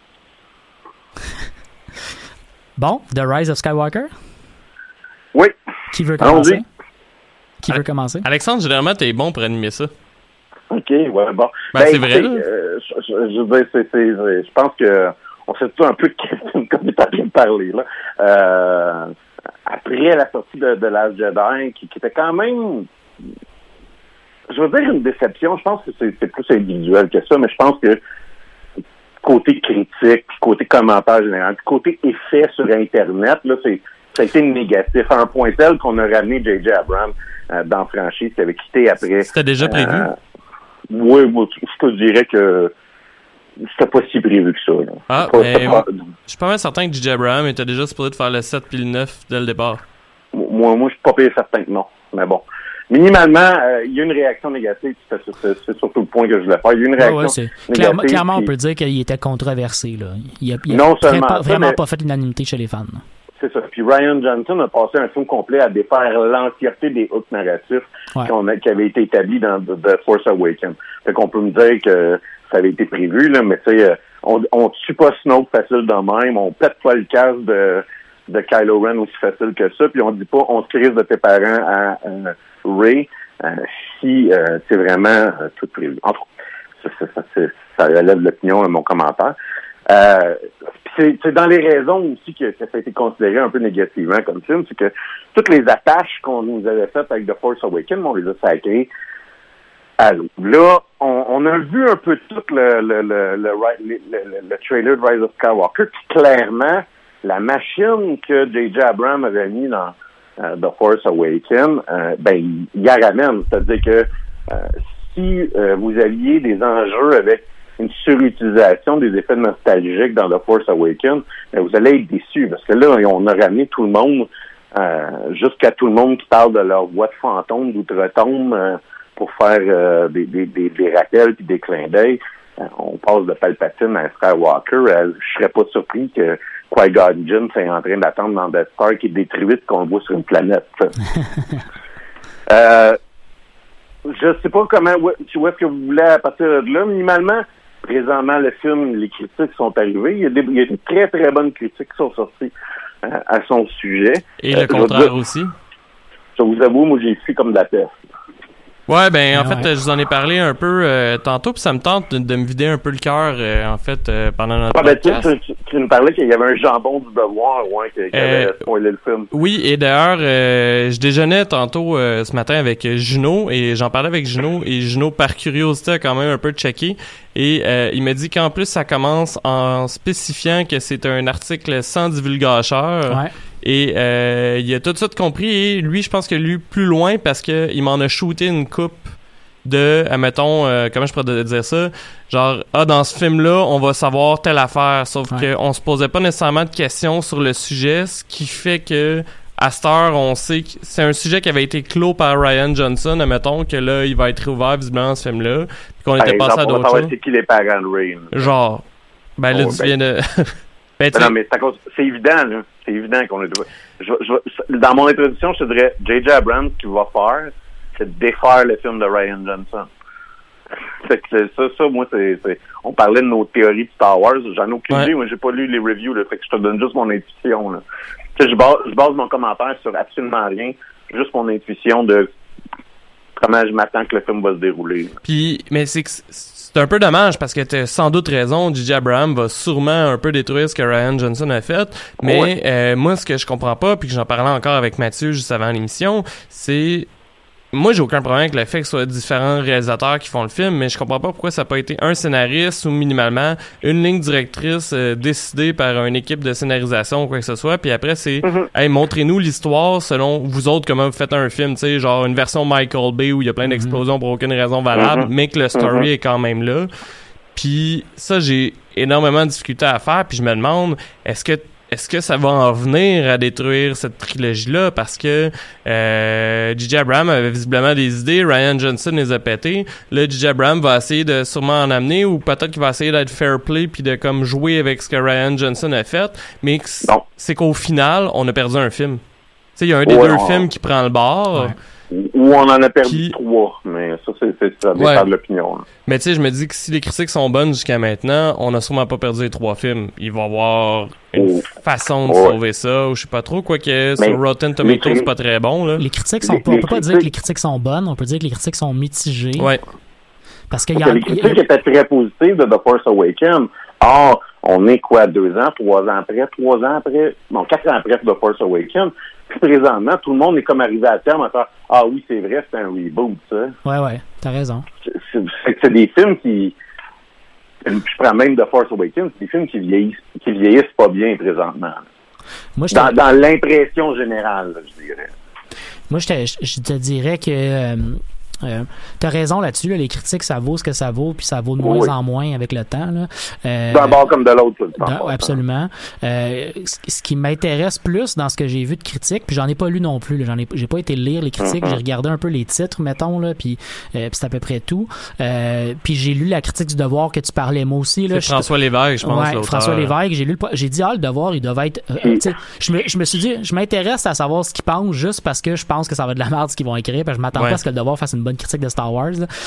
Bon, The Rise of Skywalker? Oui. Qui veut commencer? Alexandre, généralement, t'es bon pour animer ça. OK, ouais, bon. C'est vrai, là. Je veux dire, je pense que on sait tout un peu de Kevin, comme tu es en train de parler, là. Après la sortie de Last Jedi, qui était quand même, je veux dire, une déception. Je pense que c'est plus individuel que ça, mais je pense que côté critique, côté commentaire général, côté effet sur Internet, là, ça a été négatif à un point tel qu'on a ramené J.J. Abrams dans la franchise qui avait quitté après. C'était déjà prévu? Oui, moi, je te dirais que c'était pas si prévu que ça. Là. Je suis pas mal certain que J.J. Abrams était déjà supposé de faire le 7 puis le 9 dès le départ. Moi, je suis pas pire certain que non. Mais bon. Minimalement, il y a une réaction négative, c'est surtout le point que je voulais faire. Il y a une réaction négative. Clairement, on peut dire qu'il était controversé. Là. Il a vraiment pas fait l'unanimité chez les fans. Là. C'est ça. Puis Rian Johnson a passé un film complet à défaire l'entièreté des hooks narratifs qui avaient été établis dans The Force Awakens. Fait qu'on peut me dire que ça avait été prévu, là, mais tu sais, on tue pas Snoke facile de même, on pète pas le casque de Kylo Ren aussi facile que ça, puis on dit pas on se crise de tes parents à Rey si c'est vraiment tout prévu. En tout cas, ça relève l'opinion de mon commentaire. C'est dans les raisons aussi que ça a été considéré un peu négativement comme film, c'est que toutes les attaches qu'on nous avait faites avec The Force Awakens, on les a sacrées à l'eau. Là, on a vu un peu tout le trailer de Rise of Skywalker, qui clairement la machine que J.J. Abrams avait mis dans The Force Awakens, il y la ramène. C'est-à-dire que si vous aviez des enjeux avec une surutilisation des effets nostalgiques dans The Force Awakens, vous allez être déçus, parce que là, on a ramené tout le monde, jusqu'à tout le monde qui parle de leur voix de fantôme, d'outre-tombe, pour faire des rappels puis des clins d'œil. On passe de Palpatine à Skywalker. Je serais pas surpris que Qui-Gon Jinn soit en train d'attendre dans Death Star qui est détruite qu'on le voit sur une planète. Je sais pas où est-ce que vous voulez à partir de là. Minimalement, présentement, le film, les critiques sont arrivées. Il y a des très, très bonnes critiques qui sont sorties à son sujet. Et le contraire aussi. Je vous avoue, moi, j'ai fui comme de la peste. Ouais, en fait, je vous en ai parlé un peu tantôt, puis ça me tente de me vider un peu le cœur, pendant notre podcast. Tu nous parlais qu'il y avait un jambon du devoir, qui avait spoilé le film. Oui, et d'ailleurs, je déjeunais tantôt ce matin avec Juno, et j'en parlais avec Juno, et Juno, par curiosité, a quand même un peu checké, et il m'a dit qu'en plus, ça commence en spécifiant que c'est un article sans divulgateur. Ouais. Et il a tout de suite compris, et lui, je pense qu'il a lu plus loin parce que il m'en a shooté une coupe de, admettons, comment je pourrais dire ça, genre, dans ce film-là, on va savoir telle affaire, sauf qu'on se posait pas nécessairement de questions sur le sujet, ce qui fait que à cette heure, on sait que c'est un sujet qui avait été clos par Rian Johnson, admettons, que là, il va être réouvert visiblement dans ce film-là, puis qu'on était passé à d'autres choses. C'est qui les parents de Rain? Genre, là, tu viens de... non, mais c'est évident, là. C'est évident qu'on est... dans mon introduction, je te dirais, J.J. Abrams, ce qu'il va faire, c'est de défaire le film de Rian Johnson. Ça, moi, c'est... On parlait de nos théories de Star Wars. J'en ai aucune idée. Moi, j'ai pas lu les reviews, là. Fait que je te donne juste mon intuition, là. Tu sais, je base mon commentaire sur absolument rien. Juste mon intuition de comment je m'attends que le film va se dérouler. Puis, mais c'est un peu dommage parce que t'as sans doute raison, J.J. Abrams va sûrement un peu détruire ce que Rian Johnson a fait, mais moi ce que je comprends pas, puis que j'en parlais encore avec Mathieu juste avant l'émission, c'est... Moi, j'ai aucun problème avec le fait que ce soit différents réalisateurs qui font le film, mais je comprends pas pourquoi ça n'a pas été un scénariste ou minimalement une ligne directrice décidée par une équipe de scénarisation ou quoi que ce soit, puis après c'est hey, montrez-nous l'histoire selon vous autres comment vous faites un film, tu sais, genre une version Michael Bay où il y a plein d'explosions pour aucune raison valable, mais que le story est quand même là. Puis ça, j'ai énormément de difficultés à faire, puis je me demande, est-ce que ça va en venir à détruire cette trilogie-là? Parce que J.J. Abrams avait visiblement des idées, Rian Johnson les a pétées. Là, J.J. Abrams va essayer de sûrement en amener, ou peut-être qu'il va essayer d'être fair play puis de comme jouer avec ce que Rian Johnson a fait. Mais c'est qu'au final, on a perdu un film. Tu sais, il y a un des deux films qui prend le bord. Ou on en a perdu 3, mais ça dépend de l'opinion. Là. Mais tu sais, je me dis que si les critiques sont bonnes jusqu'à maintenant, on n'a sûrement pas perdu les 3 films. Il va y avoir une façon de sauver ça, ou je sais pas trop, quoique sur Rotten Tomatoes, c'est pas très bon. Là. Les critiques sont on peut pas dire que les critiques sont bonnes, on peut dire que les critiques sont mitigées. Ouais. Parce que les critiques étaient très positives de The Force Awakens. Or, on est 2 ans, 3 ans après, 4 ans après The Force Awakens. Puis présentement, tout le monde est comme arrivé à terme à faire « Ah oui, c'est vrai, c'est un reboot, ça. » Ouais, t'as raison. C'est des films qui... Je prends même The Force Awakens, c'est des films qui vieillissent pas bien présentement. Moi, dans l'impression générale, je dirais. Moi, je te dirais que... t'as raison là-dessus, là, les critiques, ça vaut ce que ça vaut, puis ça vaut de moins en moins avec le temps. D'un bord comme de l'autre. Absolument. Ce qui m'intéresse plus dans ce que j'ai vu de critiques, puis j'en ai pas lu non plus, là, j'ai pas été lire les critiques, j'ai regardé un peu les titres, mettons, là, puis c'est à peu près tout. Puis j'ai lu la critique du Devoir que tu parlais, moi aussi. Là, c'est François Lévesque, je pense. Ouais, François Lévesque, j'ai dit, le Devoir, il devait être... je me suis dit, je m'intéresse à savoir ce qu'ils pensent, juste parce que je pense que ça va être de la merde ce qu'ils vont écrire, parce que je m'attends pas à ce que le Devoir fasse une bonne critique de Star Wars.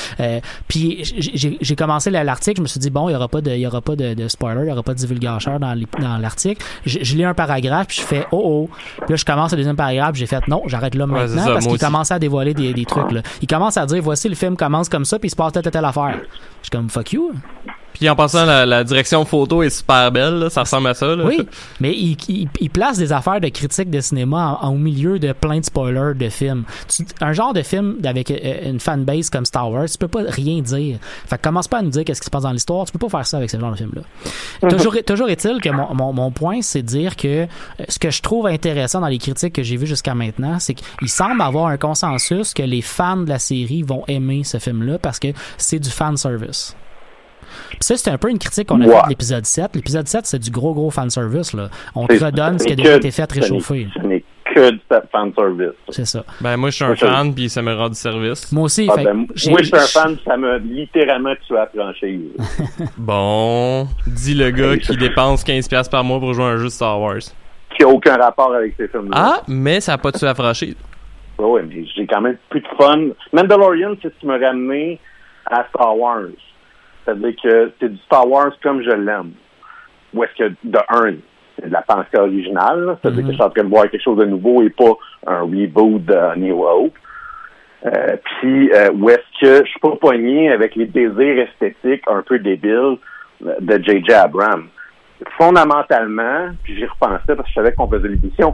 Puis j'ai commencé l'article, je me suis dit bon, il y aura pas de spoiler, il y aura pas de divulgateur dans l'article. Je lis un paragraphe, puis je fais oh. Puis là je commence le deuxième paragraphe, j'ai fait non, j'arrête là maintenant parce qu'il commence à dévoiler des trucs là. Il commence à dire voici le film commence comme ça, puis il se passe telle affaire. Je suis comme fuck you. Puis en passant, la direction photo est super belle, là. Ça ressemble à ça. Là. Oui, mais il place des affaires de critique de cinéma au milieu de plein de spoilers de films. Un genre de film avec une fanbase comme Star Wars, tu peux pas rien dire. Fait que commence pas à nous dire qu'est-ce qui se passe dans l'histoire, tu peux pas faire ça avec ce genre de film-là. Toujours est-il que mon point, c'est de dire que ce que je trouve intéressant dans les critiques que j'ai vues jusqu'à maintenant, c'est qu'il semble avoir un consensus que les fans de la série vont aimer ce film-là parce que c'est du fan service. Puis ça, c'est un peu une critique qu'on a faite de l'épisode 7. L'épisode 7, c'est du gros fanservice, là. On te redonne ce qui a déjà été fait réchauffer. Ce n'est que du fanservice. C'est ça. Ben, moi, je suis un fan, puis ça me rend du service. Moi aussi. Moi, je suis un fan, ça m'a littéralement tué à la franchise. Bon, dis le gars qui dépense $15 par mois pour jouer à un jeu Star Wars. Qui n'a aucun rapport avec ces films-là. Ah, mais ça n'a pas tué la franchise. Oui, mais j'ai quand même plus de fun. Mandalorian, c'est ce qui m'a ramené à Star Wars. C'est-à-dire que c'est du Star Wars comme je l'aime. Où est-ce que, c'est de la pensée originale. C'est-à-dire que je suis en train de voir quelque chose de nouveau et pas un reboot de New Hope. Puis, où est-ce que je suis pas pogné avec les désirs esthétiques un peu débiles de J.J. Abrams. Fondamentalement, puis j'y repensais parce que je savais qu'on faisait l'émission,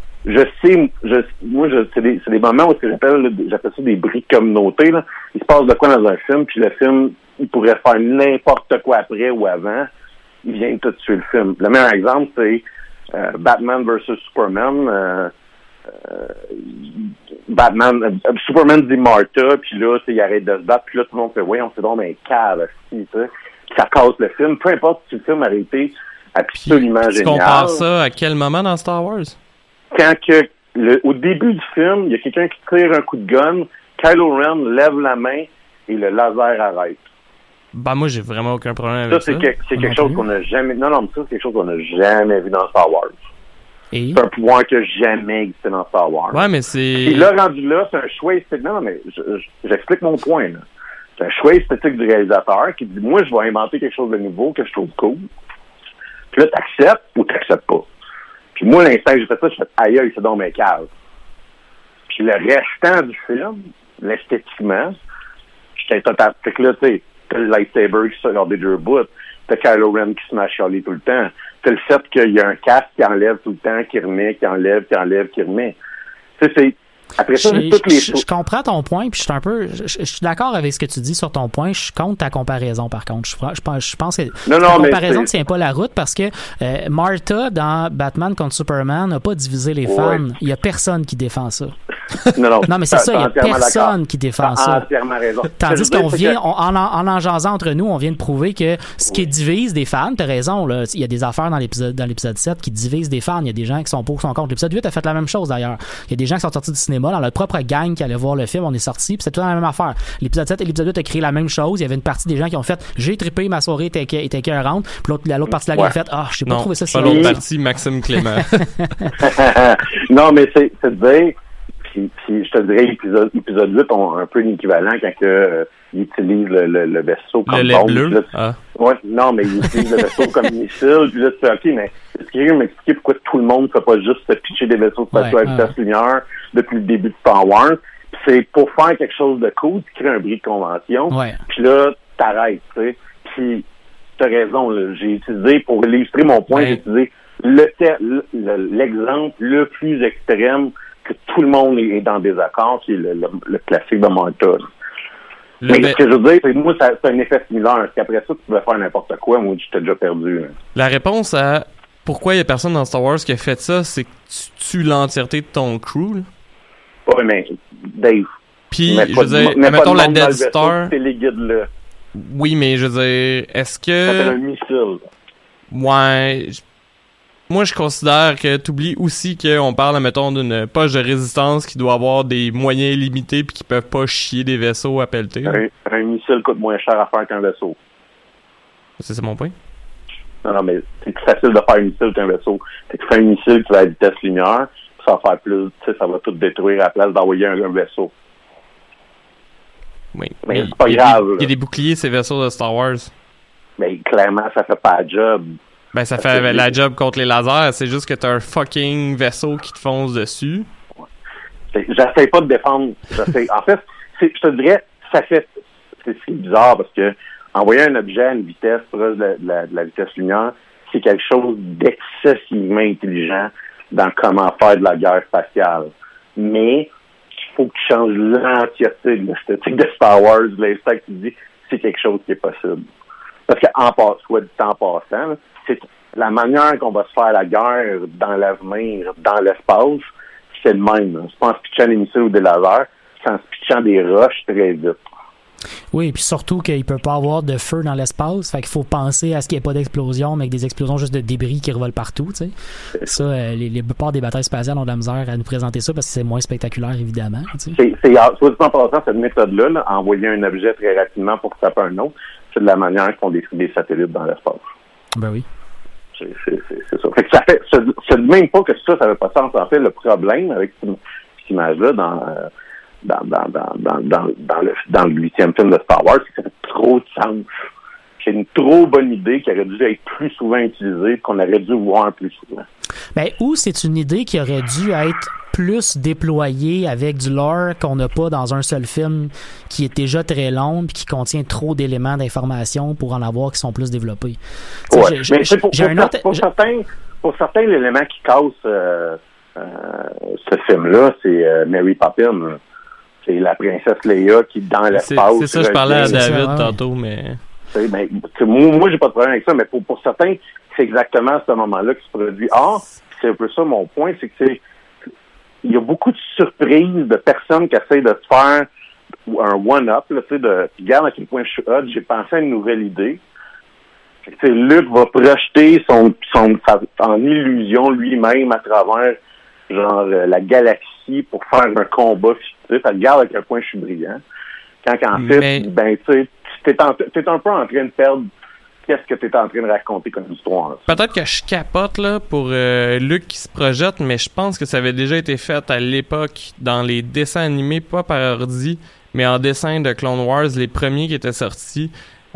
c'est des moments où j'appelle ça des briques communautés, là. Il se passe de quoi dans un film, puis le film, il pourrait faire n'importe quoi après ou avant, il vient tout tuer le film. Le meilleur exemple, c'est Batman vs Superman. Superman dit Martha, puis là, il arrête de se battre, puis là, tout le monde fait, voyons, c'est donc un cave, ça casse le film. Peu importe si le film a été absolument génial. Tu compares ça à quel moment dans Star Wars? Quand au début du film, il y a quelqu'un qui tire un coup de gun, Kylo Ren lève la main et le laser arrête. Ben, moi, j'ai vraiment aucun problème avec ça. C'est quelque chose qu'on n'a jamais... Non, mais ça, c'est quelque chose qu'on n'a jamais vu dans Star Wars. Et? C'est un pouvoir qui n'a jamais existé dans Star Wars. Ouais, mais c'est... Et là, rendu là, c'est un choix esthétique. Non, mais j'explique mon point, là. C'est un choix esthétique du réalisateur qui dit, moi, je vais inventer quelque chose de nouveau que je trouve cool. Puis là, t'acceptes ou t'acceptes pas. Puis moi, l'instant que j'ai fait ça, je fais aïe, c'est donc mes caves. Puis le restant du film, l'esthétiquement, j'étais total. Fait que là, tu sais, t'as le lightsaber qui sort des deux bouts, t'as Kylo Ren qui se met à chialer tout le temps, t'as le fait qu'il y a un casque qui enlève tout le temps, qui remet, qui enlève, qui remet. Tu sais, c'est... Après ça, toutes les choses. Je comprends ton point, puis je suis d'accord avec ce que tu dis sur ton point. Je compte ta comparaison, par contre. Je pense que ta comparaison ne tient pas la route parce que Martha, dans Batman contre Superman, n'a pas divisé les fans. Il n'y a personne qui défend ça. Non, mais c'est ça, il n'y a personne qui défend ça. Entièrement raison. Tandis qu'on vient, en jasant entre nous, on vient de prouver que ce qui divise des fans, t'as raison, là, il y a des affaires dans l'épisode 7 qui divisent des fans. Il y a des gens qui sont pour, qui sont contre. L'épisode 8 a fait la même chose, d'ailleurs. Il y a des gens qui sont sortis du cinéma, dans leur propre gang qui allait voir le film, on est sortis, puis c'était tout la même affaire. L'épisode 7 et l'épisode 8 a créé la même chose. Il y avait une partie des gens qui ont fait j'ai trippé, ma soirée était écœurante, puis l'autre partie de la gang a fait je sais pas trouvé ça si pas l'autre partie, Maxime Clément. Non, mais c'est de dire, puis je te dirais, épisode 8 ont un peu l'équivalent quand ils utilisent le vaisseau comme le bombe. bleu. Ouais, non, mais ils utilisent le vaisseau comme missile, puis là, tu fais, OK, mais est-ce qu'il y a m'expliquer pourquoi tout le monde ne fait pas juste se pitcher des vaisseaux spatiaux à vitesse lumière depuis le début de Star Wars? Puis c'est pour faire quelque chose de cool, tu crées un bris de convention, puis là, t'arrêtes, tu sais. Puis t'as raison, là, j'ai utilisé, pour illustrer mon point, j'ai utilisé l'exemple le plus extrême que tout le monde est dans désaccord, qui est le classique de Martha. Mais ce que je veux dire, c'est que moi, c'est un effet similaire. Parce qu'après ça, tu pouvais faire n'importe quoi. Moi, j'étais déjà perdu. Là. La réponse à pourquoi il y a personne dans Star Wars qui a fait ça, c'est que tu tues l'entièreté de ton crew. Là. Oui, mais Dave. Puis, je veux dire, mettons la Death Star. C'est les guides-là. Oui, mais je veux dire, est-ce que... Ça fait un missile. Ouais... Moi, je considère que t'oublies aussi qu'on parle, mettons, d'une poche de résistance qui doit avoir des moyens limités puis qui peuvent pas chier des vaisseaux à pelleter. Un missile coûte moins cher à faire qu'un vaisseau. C'est mon point? Non, mais c'est plus facile de faire un missile qu'un vaisseau. Tu fais un missile qui va à vitesse lumière, ça va faire plus, tu sais, ça va tout détruire à la place d'envoyer un vaisseau. Oui, mais c'est pas grave. Il y a des boucliers, ces vaisseaux de Star Wars. Mais clairement, ça fait pas la job. Ben, ça fait la job contre les lasers, c'est juste que t'as un fucking vaisseau qui te fonce dessus. J'essaie pas de défendre. En fait, je te dirais, ça fait... C'est bizarre parce que envoyer un objet à une vitesse proche de la vitesse lumière, c'est quelque chose d'excessivement intelligent dans comment faire de la guerre spatiale. Mais il faut que tu changes l'entièreté de l'esthétique de Star Wars, l'instant que tu dis c'est quelque chose qui est possible. Parce soit du temps passant, là, c'est la manière qu'on va se faire la guerre dans l'avenir, dans l'espace, c'est le même. Là. C'est pas en se pitchant des missiles ou des lasers, c'est en se pitchant des roches très vite. Oui, puis surtout qu'il peut pas avoir de feu dans l'espace, fait qu'il faut penser à ce qu'il n'y ait pas d'explosion, mais que des explosions juste de débris qui revolent partout, tu sais. Ça, les plupart des batailles spatiales ont de la misère à nous présenter ça parce que c'est moins spectaculaire, évidemment. Tu sais. Soit dit en passant, cette méthode-là, envoyer un objet très rapidement pour taper un autre, c'est de la manière qu'on détruit des satellites dans l'espace. Ben oui. C'est ça. Fait que ça dit même pas que ça fait pas sens. En fait, le problème avec cette image-là dans le 8e film de Star Wars, c'est que ça fait trop de sens. C'est une trop bonne idée qui aurait dû être plus souvent utilisée, qu'on aurait dû voir plus souvent. Ben, ou c'est une idée qui aurait dû être plus déployée avec du lore qu'on n'a pas dans un seul film qui est déjà très long et qui contient trop d'éléments d'information pour en avoir qui sont plus développés. Ouais, pour certains, l'élément qui casse ce film-là, c'est Mary Poppins. C'est la princesse Leia qui, dans l'espace... C'est ça, je parlais à David tantôt, mais... Moi, j'ai pas de problème avec ça, mais pour certains, c'est exactement à ce moment-là qui se produit. C'est un peu ça mon point, c'est que il y a beaucoup de surprises de personnes qui essayent de se faire un one-up, là, tu sais, regarde à quel point je suis hot, j'ai pensé à une nouvelle idée. Luke va projeter son en illusion lui-même à travers la galaxie pour faire un combat fictif. Regarde à quel point je suis brillant. Quand en fait, t'es un peu en train de perdre qu'est-ce que t'es en train de raconter comme histoire. Peut-être que je capote là pour Luke qui se projette, mais je pense que ça avait déjà été fait à l'époque dans les dessins animés, pas par ordi, mais en dessin de Clone Wars, les premiers qui étaient sortis.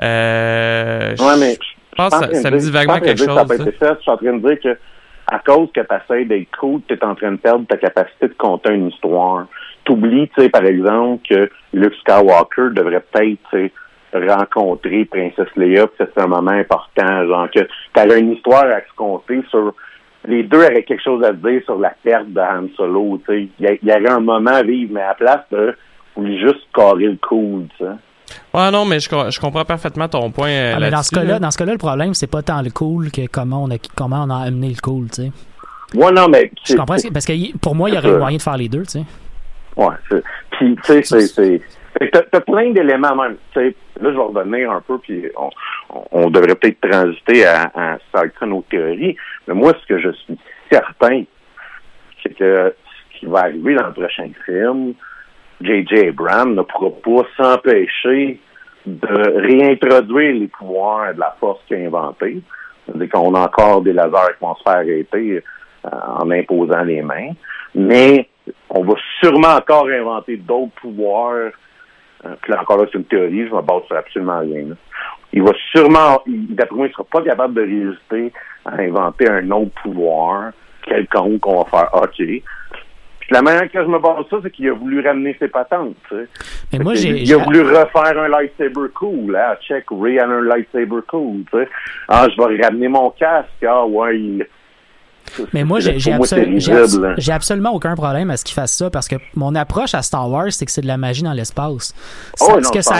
Mais je pense que ça me dit vaguement quelque chose. Ça été fait. Je suis en train de dire que à cause que tu essaies d'être cool, tu es en train de perdre ta capacité de conter une histoire. T'oublies, tu sais, par exemple, que Luke Skywalker devrait peut-être rencontrer Princesse Leia, puis c'est un moment important, genre que t'avais une histoire à se conter sur... Les deux auraient quelque chose à dire sur la perte de Han Solo, tu sais. Il y aurait un moment à vivre, mais à la place de... Faut juste carrer le cool, tu sais. Ouais, non, mais je comprends parfaitement ton point là-dessus. Mais dans ce cas-là, le problème, c'est pas tant le cool que comment on a amené le cool, tu sais. Ouais, non, mais... Je comprends, parce que pour moi, il y aurait moyen de faire les deux, tu sais. Ouais, puis, tu sais, t'as plein d'éléments même. Tu sais, là, je vais revenir un peu, puis on devrait peut-être transiter à certaines nos théories. Mais moi, ce que je suis certain, c'est que ce qui va arriver dans le prochain film, J.J. Abrams ne pourra pas s'empêcher de réintroduire les pouvoirs de la force qu'il a inventés. C'est-à-dire qu'on a encore des lasers qui vont se faire arrêter en imposant les mains. Mais on va sûrement encore inventer d'autres pouvoirs. Puis là, encore là, c'est une théorie, je me base sur absolument rien. Là. Il va sûrement, d'après moi, il ne sera pas capable de résister à inventer un autre pouvoir quelconque qu'on va faire OK. Puis la manière que je me base ça, c'est qu'il a voulu ramener ses patentes. Tu sais. Mais moi, il a voulu refaire un lightsaber cool. Hein? Check, Ray a un lightsaber cool. Tu sais. Je vais ramener mon casque. Ouais, mais moi, j'ai absolument aucun problème à ce qu'il fasse ça parce que mon approche à Star Wars, c'est que c'est de la magie dans l'espace. Ce que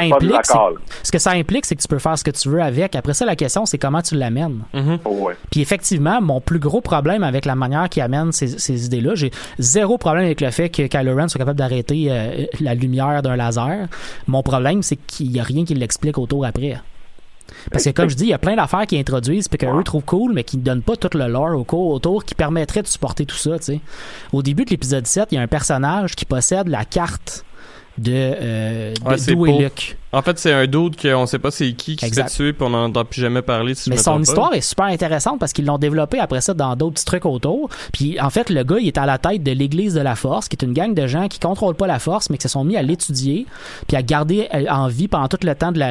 ça implique, c'est que tu peux faire ce que tu veux avec. Après ça, la question, c'est comment tu l'amènes. Ouais. Puis effectivement, mon plus gros problème avec la manière qu'il amène ces idées-là, j'ai zéro problème avec le fait que Kylo Ren soit capable d'arrêter la lumière d'un laser. Mon problème, c'est qu'il n'y a rien qui l'explique autour après. Parce que comme je dis, il y a plein d'affaires qui introduisent puis qu'eux trouvent cool, mais qui ne donnent pas tout le lore autour qui permettrait de supporter tout ça, tu sais. Au début de l'épisode 7, il y a un personnage qui possède la carte d'où est Luke. En fait, c'est un dude qu'on sait pas c'est qui se fait tuer puis on n'en entend plus jamais parler. Mais son histoire est super intéressante parce qu'ils l'ont développé après ça dans d'autres petits trucs autour. Puis en fait, le gars, il est à la tête de l'Église de la Force, qui est une gang de gens qui contrôlent pas la Force, mais qui se sont mis à l'étudier puis à garder en vie pendant tout le temps de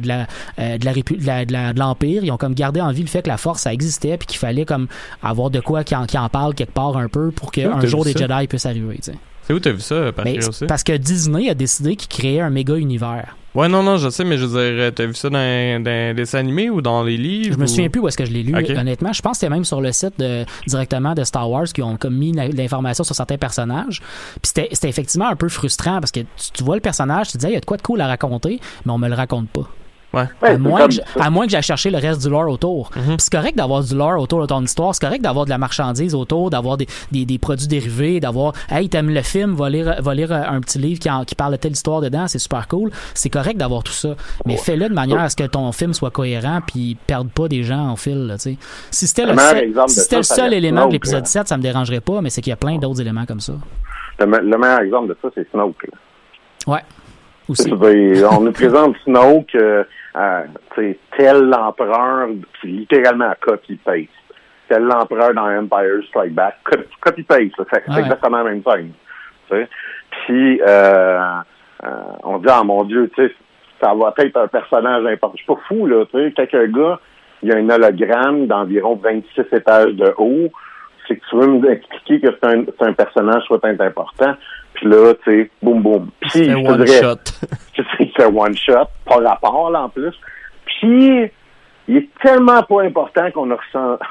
l'Empire. Ils ont comme gardé en vie le fait que la Force, ça existait puis qu'il fallait comme avoir de quoi qui en parle quelque part un peu pour qu'un jour des Jedi puissent arriver, tu sais. C'est où t'as vu ça, Patrick, aussi? Parce que Disney a décidé qu'il créait un méga univers. Ouais, non, je sais, mais je veux dire, t'as vu ça dans des dessins animés ou dans les livres? Je me souviens plus où est-ce que je l'ai lu, okay. Honnêtement. Je pense que c'était même sur le site directement de Star Wars qui ont comme mis l'information sur certains personnages. Puis c'était effectivement un peu frustrant parce que tu vois le personnage, tu te dis, il y a de quoi de cool à raconter, mais on me le raconte pas. Ouais. À moins que j'aille chercher le reste du lore autour. Puis c'est correct d'avoir du lore autour de ton histoire, c'est correct d'avoir de la marchandise autour, d'avoir des produits dérivés, d'avoir hey, t'aimes le film, va lire un petit livre qui parle de telle histoire dedans, c'est super cool. C'est correct d'avoir tout ça. Mais fais-le de manière à ce que ton film soit cohérent puis perde pas des gens en fil. Là, si c'était le seul élément de l'épisode 7, ça me dérangerait pas, mais c'est qu'il y a plein d'autres éléments comme ça. Le meilleur exemple de ça, c'est Snoke. Ouais. Aussi. On nous présente Snoke, tel l'empereur, c'est littéralement un copy-paste. Tel l'empereur dans Empire Strike Back, copy-paste, c'est exactement la même scène. Puis, on dit, mon Dieu, ça va être un personnage important. Je suis pas fou, là, quelqu'un gars, il y a un hologramme d'environ 26 étages de haut, c'est que tu veux me expliquer que c'est un personnage soit important. Puis là, boum, boum. Puis, c'est one shot. C'est one shot, pas rapport, là, en plus. Puis, il est tellement pas important qu'on a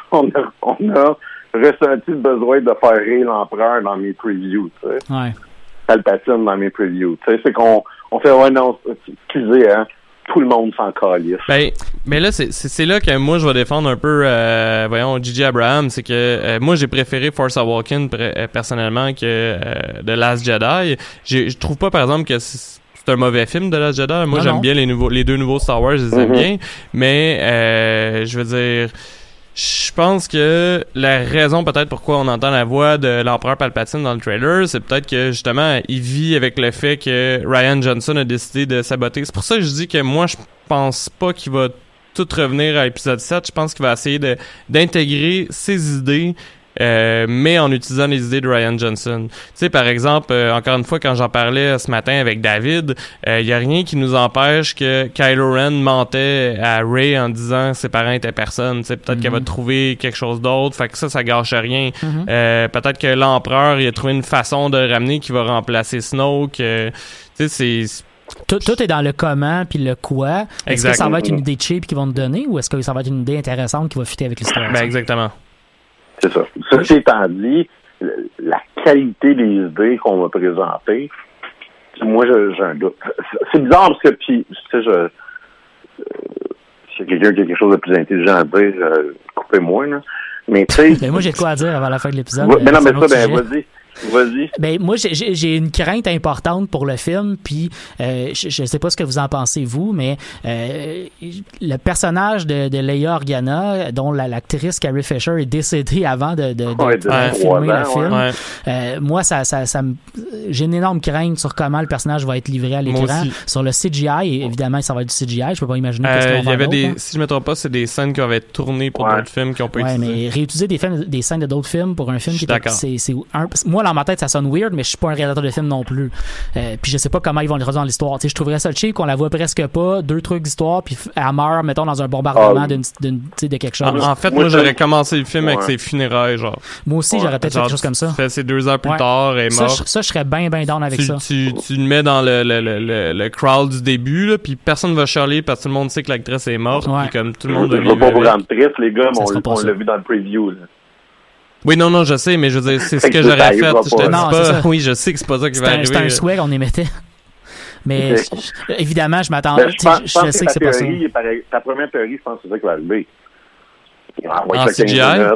ressenti le besoin de faire rire l'empereur dans mes previews, Ouais. Palpatine dans mes previews. C'est qu'on fait, ouais, non, excusez, hein. Tout le monde s'en calisse. Mais là, c'est là que moi, je vais défendre un peu, J.J. Abrams, c'est que moi, j'ai préféré Force Awakens personnellement que The Last Jedi. Je trouve pas, par exemple, que c'est un mauvais film, The Last Jedi. Moi, j'aime bien les deux nouveaux Star Wars, je les aime bien. Mais, je veux dire... Je pense que la raison peut-être pourquoi on entend la voix de l'empereur Palpatine dans le trailer, c'est peut-être que justement il vit avec le fait que Rian Johnson a décidé de saboter. C'est pour ça que je dis que moi je pense pas qu'il va tout revenir à l'épisode 7. Je pense qu'il va essayer d'intégrer ses idées, mais en utilisant les idées de Rian Johnson. Tu sais, par exemple, encore une fois, quand j'en parlais ce matin avec David, il y a rien qui nous empêche que Kylo Ren mentait à Rey en disant que ses parents étaient personne. Tu sais, peut-être qu'elle va trouver quelque chose d'autre, fait que ça gâche rien. Peut-être que l'empereur, il a trouvé une façon de ramener qui va remplacer Snoke. Tu sais, c'est... Tout est dans le comment puis le quoi. Est-ce que ça va être une idée cheap qu'ils vont nous donner ou est-ce que ça va être une idée intéressante qui va fitter avec l'histoire? Exactement. C'est ça. Ceci étant dit, la qualité des idées qu'on va présenter, moi, j'ai un doute. C'est bizarre parce que, puis, tu sais, s'il y a quelqu'un qui a quelque chose de plus intelligent à dire, coupez-moi, là. Mais, tu sais... moi, j'ai de quoi à dire avant la fin de l'épisode. Mais non, mais ça, vas-y. Ben moi j'ai une crainte importante pour le film puis je sais pas ce que vous en pensez vous mais le personnage de Leia Organa dont l'actrice Carrie Fisher est décédée avant de filmer le film moi ça j'ai une énorme crainte sur comment le personnage va être livré à l'écran sur le CGI et évidemment ça va être du CGI je peux pas imaginer qu'est-ce qu'on va faire d'autre, si je me trompe pas c'est des scènes qui avaient été tournées pour d'autres films qui ont pas été mais réutiliser des scènes de d'autres films pour un film qui c'est moi dans ma tête ça sonne weird mais je suis pas un réalisateur de film non plus puis je sais pas comment ils vont le résoudre dans l'histoire. Je trouverais ça cheap qu'on la voit presque pas 2 trucs d'histoire puis elle meurt mettons dans un bombardement de quelque chose. En fait moi j'aurais commencé le film avec ses funérailles genre. Moi aussi j'aurais peut-être fait quelque chose comme ça. C'est 2 heures plus tard et mort. Ça je serais bien down avec ça. Tu le mets dans le crowd du début là puis personne va chialer parce que tout le monde sait que l'actrice est morte puis comme tout le monde va vivre. Pas pour rendre triste les gars on l'a vu dans le preview là. Oui, non, je sais, mais je veux dire, c'est ce que j'aurais fait. Je te dis pas. Oui, je sais que c'est pas ça qui va arriver. C'était un souhait qu'on émettait. Mais évidemment, je m'attendais. Je sais que c'est pas ça. Ta première théorie, je pense que c'est ça qui va arriver. Elle va être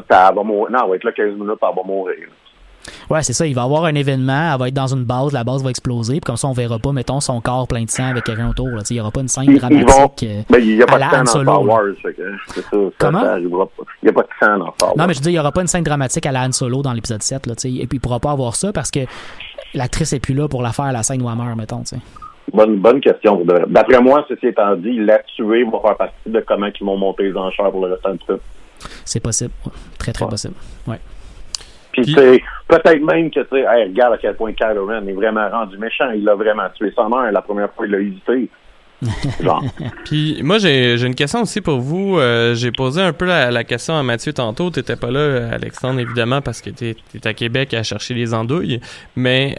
là 15 minutes, elle va mourir. Ouais, c'est ça. Il va y avoir un événement, elle va être dans une base, la base va exploser, puis comme ça, on verra pas, mettons, son corps plein de sang avec quelqu'un autour. Il n'y aura pas une scène dramatique. Il n'y a pas de sang dans Star Wars. Comment? Il n'y a pas de sang dans Star Wars. Non, mais je veux dire, il n'y aura pas une scène dramatique à la Han Solo dans l'épisode 7. Là, et puis, il ne pourra pas avoir ça parce que l'actrice n'est plus là pour la faire, la scène où elle meurt, mettons. T'sais. Bonne question. D'après moi, ceci étant dit, la tuer va faire partie de comment ils vont monter les enchères pour le restant du film. C'est possible. Très, très possible. Ouais. Puis peut-être même que regarde à quel point Kylo Ren est vraiment rendu méchant. Il l'a vraiment tué sa mère la première fois il l'a hésité. Genre. Puis moi, j'ai une question aussi pour vous. J'ai posé un peu la question à Mathieu tantôt. T'étais pas là, Alexandre, évidemment, parce que t'es à Québec à chercher les andouilles. Mais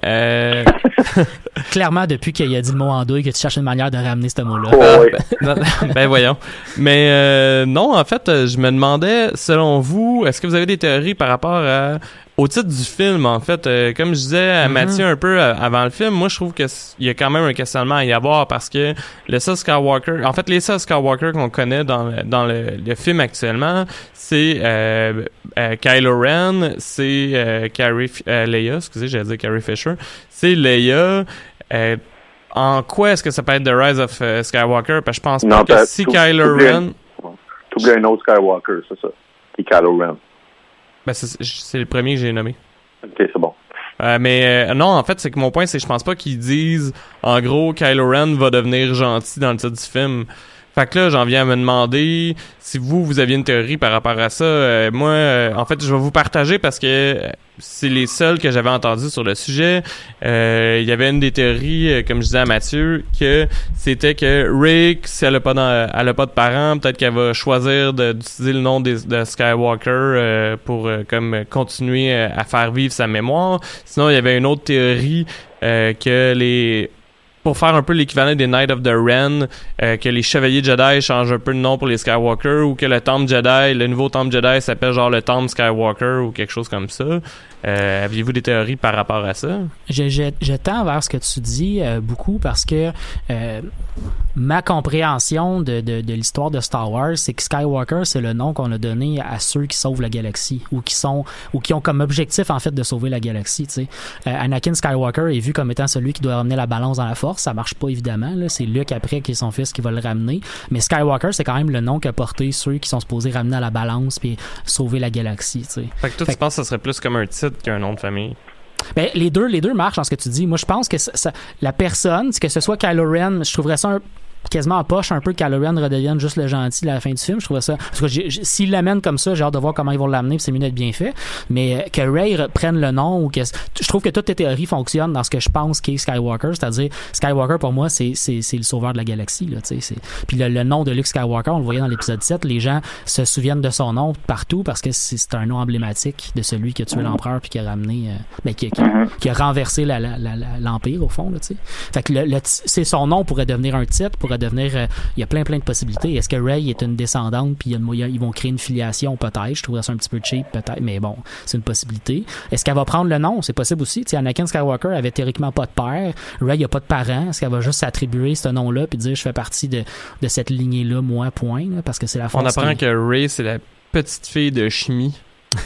clairement, depuis qu'il a dit le mot andouille, que tu cherches une manière de ramener ce mot-là. Ben voyons. Mais non, en fait, je me demandais, selon vous, est-ce que vous avez des théories par rapport au titre du film, en fait? Comme je disais à Mathieu un peu avant le film, moi, je trouve qu'il y a quand même un questionnement à y avoir parce que les seuls Skywalker qu'on connaît dans le film actuellement, c'est Kylo Ren, c'est Leia, excusez, j'allais dire Carrie Fisher, c'est Leia. En quoi est-ce que ça peut être The Rise of Skywalker? Parce que je pense pas que si Kylo Ren... T'oublies un autre Skywalker, c'est ça. Et Kylo Ren. Ben c'est le premier que j'ai nommé. Ok, c'est bon. Mais non, en fait, c'est que mon point, c'est que je pense pas qu'ils disent, en gros, Kylo Ren va devenir gentil dans le titre du film. Fait que là, j'en viens à me demander si vous aviez une théorie par rapport à ça. Moi, en fait, je vais vous partager parce que c'est les seuls que j'avais entendus sur le sujet. Il y avait une des théories, comme je disais à Mathieu, que c'était que Rey, si elle a pas de parents, peut-être qu'elle va choisir d'utiliser le nom de Skywalker pour comme continuer à faire vivre sa mémoire. Sinon, il y avait une autre théorie que pour faire un peu l'équivalent des Knights of the Ren, que les Chevaliers Jedi changent un peu de nom pour les Skywalker, ou que le nouveau Temple Jedi s'appelle genre le Temple Skywalker ou quelque chose comme ça. Aviez-vous des théories par rapport à ça? Je tends vers ce que tu dis beaucoup parce que ma compréhension de l'histoire de Star Wars, c'est que Skywalker, c'est le nom qu'on a donné à ceux qui sauvent la galaxie ou qui ont comme objectif en fait de sauver la galaxie. Tu sais. Anakin Skywalker est vu comme étant celui qui doit ramener la balance dans la force. Ça marche pas évidemment. Là. C'est Luke après qui est son fils qui va le ramener. Mais Skywalker, c'est quand même le nom qu'a porté ceux qui sont supposés ramener à la balance puis sauver la galaxie. Tu sais. Fait que toi, tu penses que ça serait plus comme un titre qu'un nom de famille? Ben, les deux marchent dans ce que tu dis. Moi, je pense que la personne, que ce soit Kylo Ren, je trouverais ça quasiment en poche un peu que Kylo Ren redevienne juste le gentil à la fin du film. Je trouvais ça, parce que s'ils l'amènent comme ça, j'ai hâte de voir comment ils vont l'amener, puis c'est mieux d'être bien fait. Mais que Rey prenne le nom, ou que je trouve que toutes les théories fonctionnent dans ce que je pense qu'est Skywalker, c'est-à-dire Skywalker pour moi c'est le sauveur de la galaxie là, tu sais. Puis le nom de Luke Skywalker, on le voyait dans l'épisode 7, les gens se souviennent de son nom partout parce que c'est un nom emblématique de celui qui a tué l'empereur puis qui a ramené, qui a renversé l'empire au fond là, tu sais. Fait que c'est son nom pourrait devenir un titre, pourrait devenir il y a plein de possibilités. Est-ce que Rey est une descendante puis ils vont créer une filiation peut-être, je trouverais ça un petit peu cheap peut-être, mais bon, c'est une possibilité. Est-ce qu'elle va prendre le nom? C'est possible aussi. Tu sais, Anakin Skywalker avait théoriquement pas de père, Rey a pas de parents. Est-ce qu'elle va juste s'attribuer ce nom-là puis dire je fais partie de cette lignée-là, moi, point, là, parce que c'est la force. On apprend que Rey c'est la petite fille de chimie.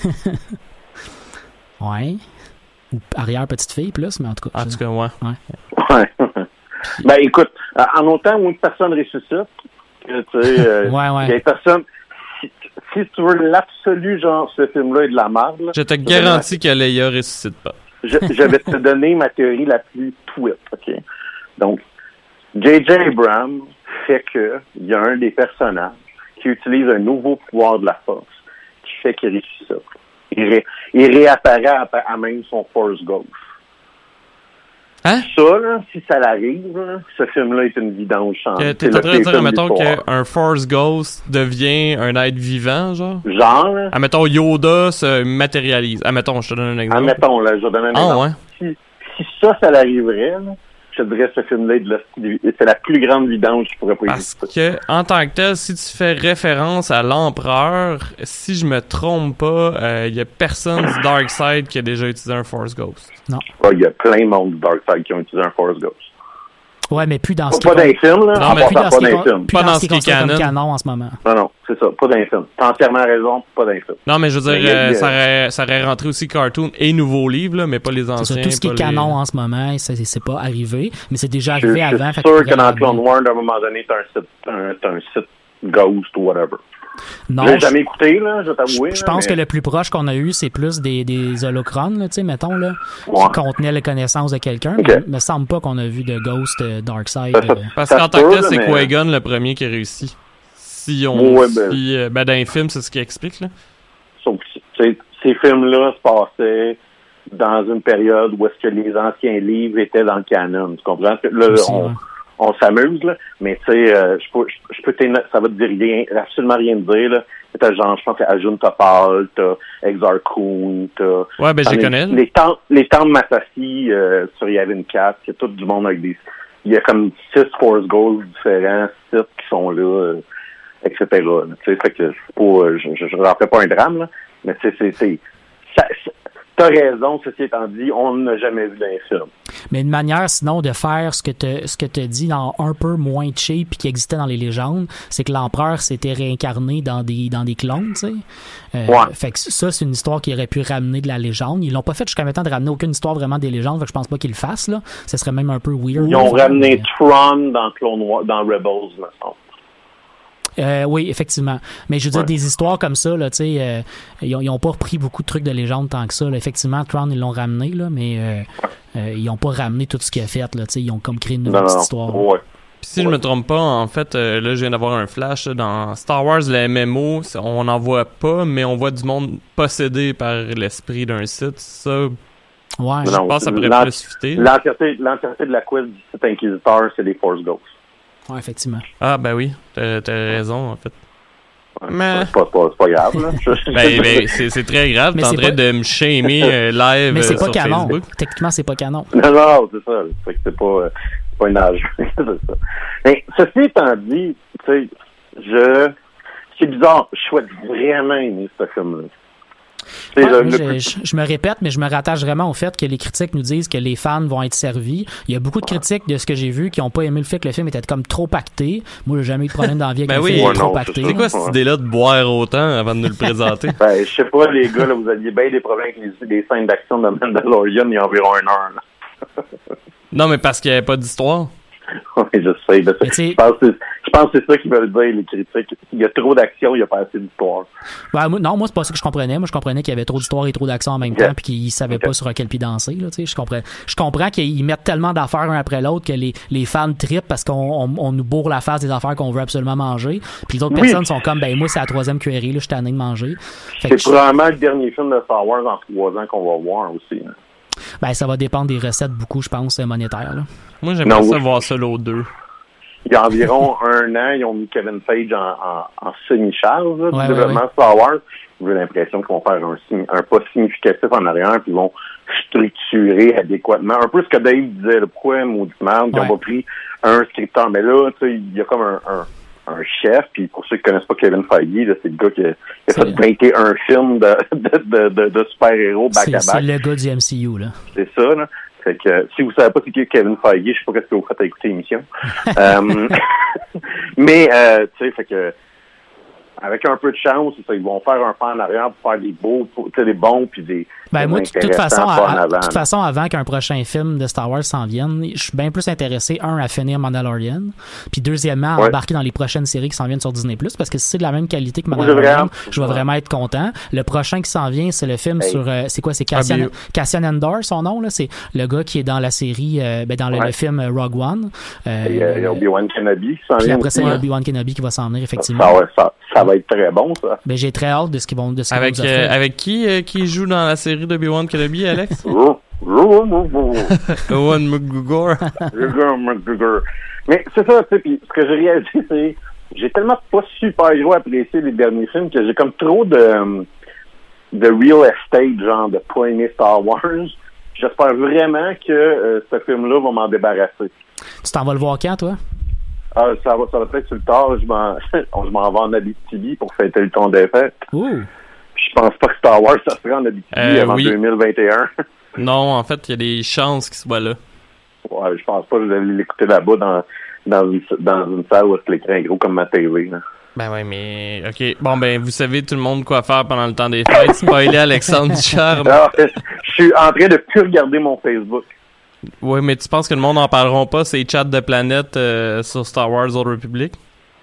Ouais. Ou arrière petite fille plus, mais en tout cas. Ouais. Ben écoute, en autant où une personne ressuscite, que tu sais, il y a personne. Si tu veux l'absolu, genre ce film-là est de la merde. Je te garantis que Leia ressuscite pas. Je vais te donner ma théorie la plus tweet, ok? Donc, J.J. Abrams fait que il y a un des personnages qui utilise un nouveau pouvoir de la force qui fait qu'il ressuscite. Il réapparaît à même son Force Ghost. Hein? Ça, là, si ça l'arrive, là, ce film-là est une vidange chante. T'es en train de dire, mettons, qu'un Force Ghost devient un être vivant, genre? Genre, là. Admettons, Yoda se matérialise. Admettons, je te donne un exemple. Admettons, là, je te donne un exemple. Ouais. Si ça l'arriverait, là, je te dirais ce film-là, c'est la plus grande vidange que je pourrais pas Parce que, en tant que tel, si tu fais référence à l'Empereur, si je me trompe pas, il y a personne du Darkseid qui a déjà utilisé un Force Ghost. Non. Il y a plein de monde du Darkseid qui ont utilisé un Force Ghost. Ouais, mais plus dans ce pas dans les films, là. Non, mais pas dans les films. Pas dans ce qui est canon en ce moment. Non, c'est ça. Pas dans les films. T'as entièrement raison, pas dans les films. Non, mais je veux dire, ça aurait rentré aussi cartoon et nouveaux livres, là, mais pas les anciens. C'est ça, tout ce qui est canon en ce moment, c'est pas arrivé, mais c'est déjà arrivé avant. Je suis sûr que dans Clone Wars, à un moment donné, t'as un site Ghost ou whatever. Non, je l'ai jamais écouté, là, je vais t'avouer. Je pense que le plus proche qu'on a eu, c'est plus des holochrones, là, tu sais, mettons, là, qui contenaient les connaissances de quelqu'un. Okay. Mais il me semble pas qu'on a vu de Ghost Darkseid. Parce qu'en tant que tel, c'est Qui-Gon le premier qui a réussi. Ben, dans les films, c'est ce qui explique, là. Sauf que ces films-là se passaient dans une période où est-ce que les anciens livres étaient dans le canon. Tu comprends? Là, on s'amuse, là, mais tu sais, je peux ça va te dire rien, absolument rien te dire, là. T'as genre, je pense que Ajun Topal, t'as Exarchoon, t'as... Ouais, ben, je les connais. Les temps de Massassi, sur Yavin 4, il y a tout du monde avec des... Il y a comme 6 Force Goals différents, 7 qui sont là, etc. Tu sais, fait que je rentrais pas un drame, là, mais tu sais, t'as raison, ceci étant dit, on n'a jamais vu d'un film. Mais une manière, sinon, de faire ce que tu dis dans un peu moins cheap puis qui existait dans les légendes, c'est que l'empereur s'était réincarné dans des clones, tu sais. Fait que ça, c'est une histoire qui aurait pu ramener de la légende. Ils l'ont pas fait jusqu'à maintenant de ramener aucune histoire vraiment des légendes, fait que je pense pas qu'ils le fassent, là. Ça serait même un peu weird. Ils ont ramené Tron dans Clone Wars, dans Rebels, me semble. Oui, effectivement. Mais je veux dire, des histoires comme ça, là, tu sais, ils ont pas repris beaucoup de trucs de légende tant que ça. Là. Effectivement, Tron, ils l'ont ramené, là, mais ils ont pas ramené tout ce qu'il a fait, là, tu sais, ils ont comme créé une nouvelle petite histoire. Ouais. Puis si je me trompe pas, en fait, là, je viens d'avoir un flash, là, dans Star Wars, le MMO, on n'en voit pas, mais on voit du monde possédé par l'esprit d'un site. Ça, ouais. Je pense que ça pourrait plus fitter. L'entièreté de la quest du site Inquisiteur, c'est des Force Ghosts. Ouais, effectivement. Ah, ben oui, t'as raison, en fait. Mais... C'est pas grave, là. ben, c'est très grave. T'es en train de me shamer live mais c'est pas sur canon. Facebook. Techniquement, c'est pas canon. Non, c'est ça. C'est pas une âge. C'est ça. Mais ceci étant dit, tu sais, c'est bizarre. Je souhaite vraiment aimer ce film-là. Ouais, je me répète, mais je me rattache vraiment au fait que les critiques nous disent que les fans vont être servis. Il y a beaucoup de critiques de ce que j'ai vu qui n'ont pas aimé le fait que le film était comme trop pacté. Moi, j'ai jamais eu de problème dans la vie avec le film trop pacté. C'est quoi cette idée-là de boire autant avant de nous le présenter? Je sais pas, les gars, là, vous aviez bien des problèmes avec les scènes d'action de Mandalorian il y a environ 1 heure. Là. Non, mais parce qu'il n'y avait pas d'histoire. Oui, je sais. Je pense que c'est ça qu'ils veulent dire, les critiques. Il y a trop d'action, il n'y a pas assez d'histoire. Ben, moi, c'est pas ça que je comprenais. Moi, je comprenais qu'il y avait trop d'histoire et trop d'action en même temps, puis qu'ils savaient pas sur quel pied danser. Là, je comprends qu'ils mettent tellement d'affaires un après l'autre que les fans trippent parce qu'on nous bourre la face des affaires qu'on veut absolument manger. Puis les autres personnes sont comme, ben moi, c'est la 3e cuillerée, là, je suis tanné de manger. C'est probablement le dernier film de Star Wars en 3 ans qu'on va voir aussi. Hein. Ben, ça va dépendre des recettes beaucoup, je pense, monétaires. Là. Moi, j'aimerais ça voir Solo 2. Il y a environ 1 an, ils ont mis Kevin Feige en semi-charge du développement Star Wars. J'ai l'impression qu'ils vont faire un pas significatif en arrière, puis ils vont structurer adéquatement. Un peu ce que Dave disait, pourquoi mauditement, ils n'ont pas pris un scripteur. Mais là, tu sais, il y a comme un chef, puis pour ceux qui connaissent pas Kevin Feige, là, c'est le gars qui a fait breaker un film de super-héros back-à-back. C'est le gars du MCU, là. C'est ça, là. Fait que, si vous savez pas c'est qui Kevin Feige, je sais pas qu'est-ce que vous faites à écouter l'émission. Mais, tu sais, fait que, avec un peu de chance, c'est ça, ils vont faire un pas en arrière pour faire des beaux, tu sais, des bons, puis des... Ben moi, de toute façon, avant qu'un prochain film de Star Wars s'en vienne, je suis bien plus intéressé, à finir Mandalorian, puis deuxièmement, à embarquer dans les prochaines séries qui s'en viennent sur Disney+, parce que si c'est de la même qualité que Mandalorian, je vais vraiment être content. Le prochain qui s'en vient, c'est le film sur... c'est quoi? C'est Cassian Andor, son nom, là? C'est le gars qui est dans la série, dans le film Rogue One. Il y a Obi-Wan Kenobi qui s'en vient. Puis après ça, il y a Obi-Wan Kenobi qui va s'en venir, effectivement. Ça va être très bon, ça. Ben, j'ai très hâte de ce qu'ils vont nous offrir. Avec qui joue dans la série d'Obi-Wan Kenobi, Alex? Owen McGregor. Mais c'est ça, tu sais, puis ce que j'ai réalisé, c'est j'ai tellement pas super gros apprécié les derniers films que j'ai comme trop de real estate, genre, de pas aimer Star Wars. J'espère vraiment que ce film-là va m'en débarrasser. Tu t'en vas le voir quand, toi? Ça va peut-être sur le tard. Je m'en vais en Abitibi pour fêter le temps des fêtes. Je pense pas que Star Wars, ça serait en Abitibi avant 2021. Non, en fait, il y a des chances qu'il soit là. Ouais, je pense pas que vous allez l'écouter là-bas dans une salle où l'écran est gros comme ma TV. Là. Ben ouais, mais... OK. Bon, ben, vous savez tout le monde quoi faire pendant le temps des fêtes. Spoiler Alexandre Ducharme. Je suis en train de plus regarder mon Facebook. Oui, mais tu penses que le monde n'en parleront pas, ces chats de planète sur Star Wars Old Republic?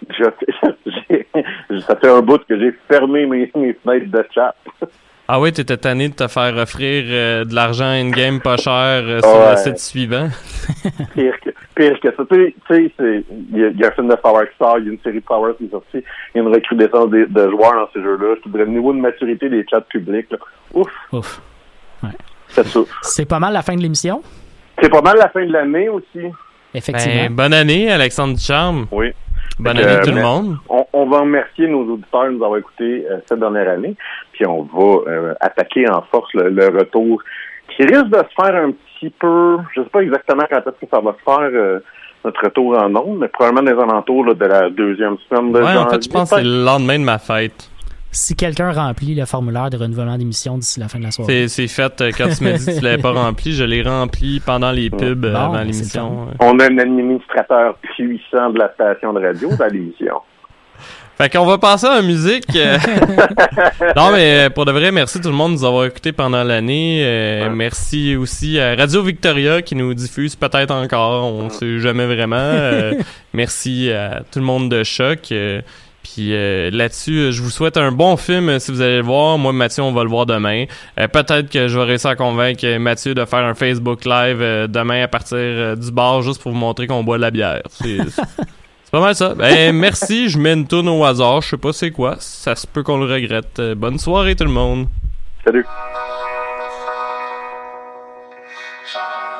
Ça fait un bout que j'ai fermé mes fenêtres de chat. Ah oui, t'étais tanné de te faire offrir de l'argent in-game pas cher sur le site suivant? Pire que ça. Tu sais, il y a un film de Star Wars qui sort, il y a une série de Star Wars qui est sortie, il y a une recrudescence de joueurs dans ces jeux-là. Je te dirais le niveau de maturité des chats publics. Là. Ouf. Ouais. C'est ça. C'est pas mal la fin de l'émission? C'est pas mal la fin de l'année aussi. Effectivement. Bonne année, Alexandre Ducharme. Oui. Bonne année tout le monde. On va remercier nos auditeurs de nous avoir écoutés cette dernière année. Puis on va attaquer en force le retour qui risque de se faire un petit peu, je sais pas exactement quand est-ce que ça va se faire notre retour en ondes, mais probablement des alentours là, de la deuxième semaine de janvier. En fait, je pense que c'est le lendemain de ma fête. Si quelqu'un remplit le formulaire de renouvellement d'émission d'ici la fin de la soirée. C'est fait. Quand tu m'as dit que tu l'avais pas rempli, je l'ai rempli pendant les pubs avant l'émission. On a un administrateur puissant de la station de radio dans l'émission. Fait qu'on va passer à la musique. Non, mais pour de vrai, merci tout le monde de nous avoir écoutés pendant l'année. Merci aussi à Radio Victoria qui nous diffuse peut-être encore. On sait jamais vraiment. Merci à tout le monde de Choc. Puis là-dessus, je vous souhaite un bon film si vous allez le voir. Moi, Mathieu, on va le voir demain. Peut-être que je vais réussir à convaincre Mathieu de faire un Facebook Live demain à partir du bar juste pour vous montrer qu'on boit de la bière. C'est pas mal ça. Merci, je mets une tourne au hasard. Je sais pas c'est quoi. Ça se peut qu'on le regrette. Bonne soirée tout le monde. Salut.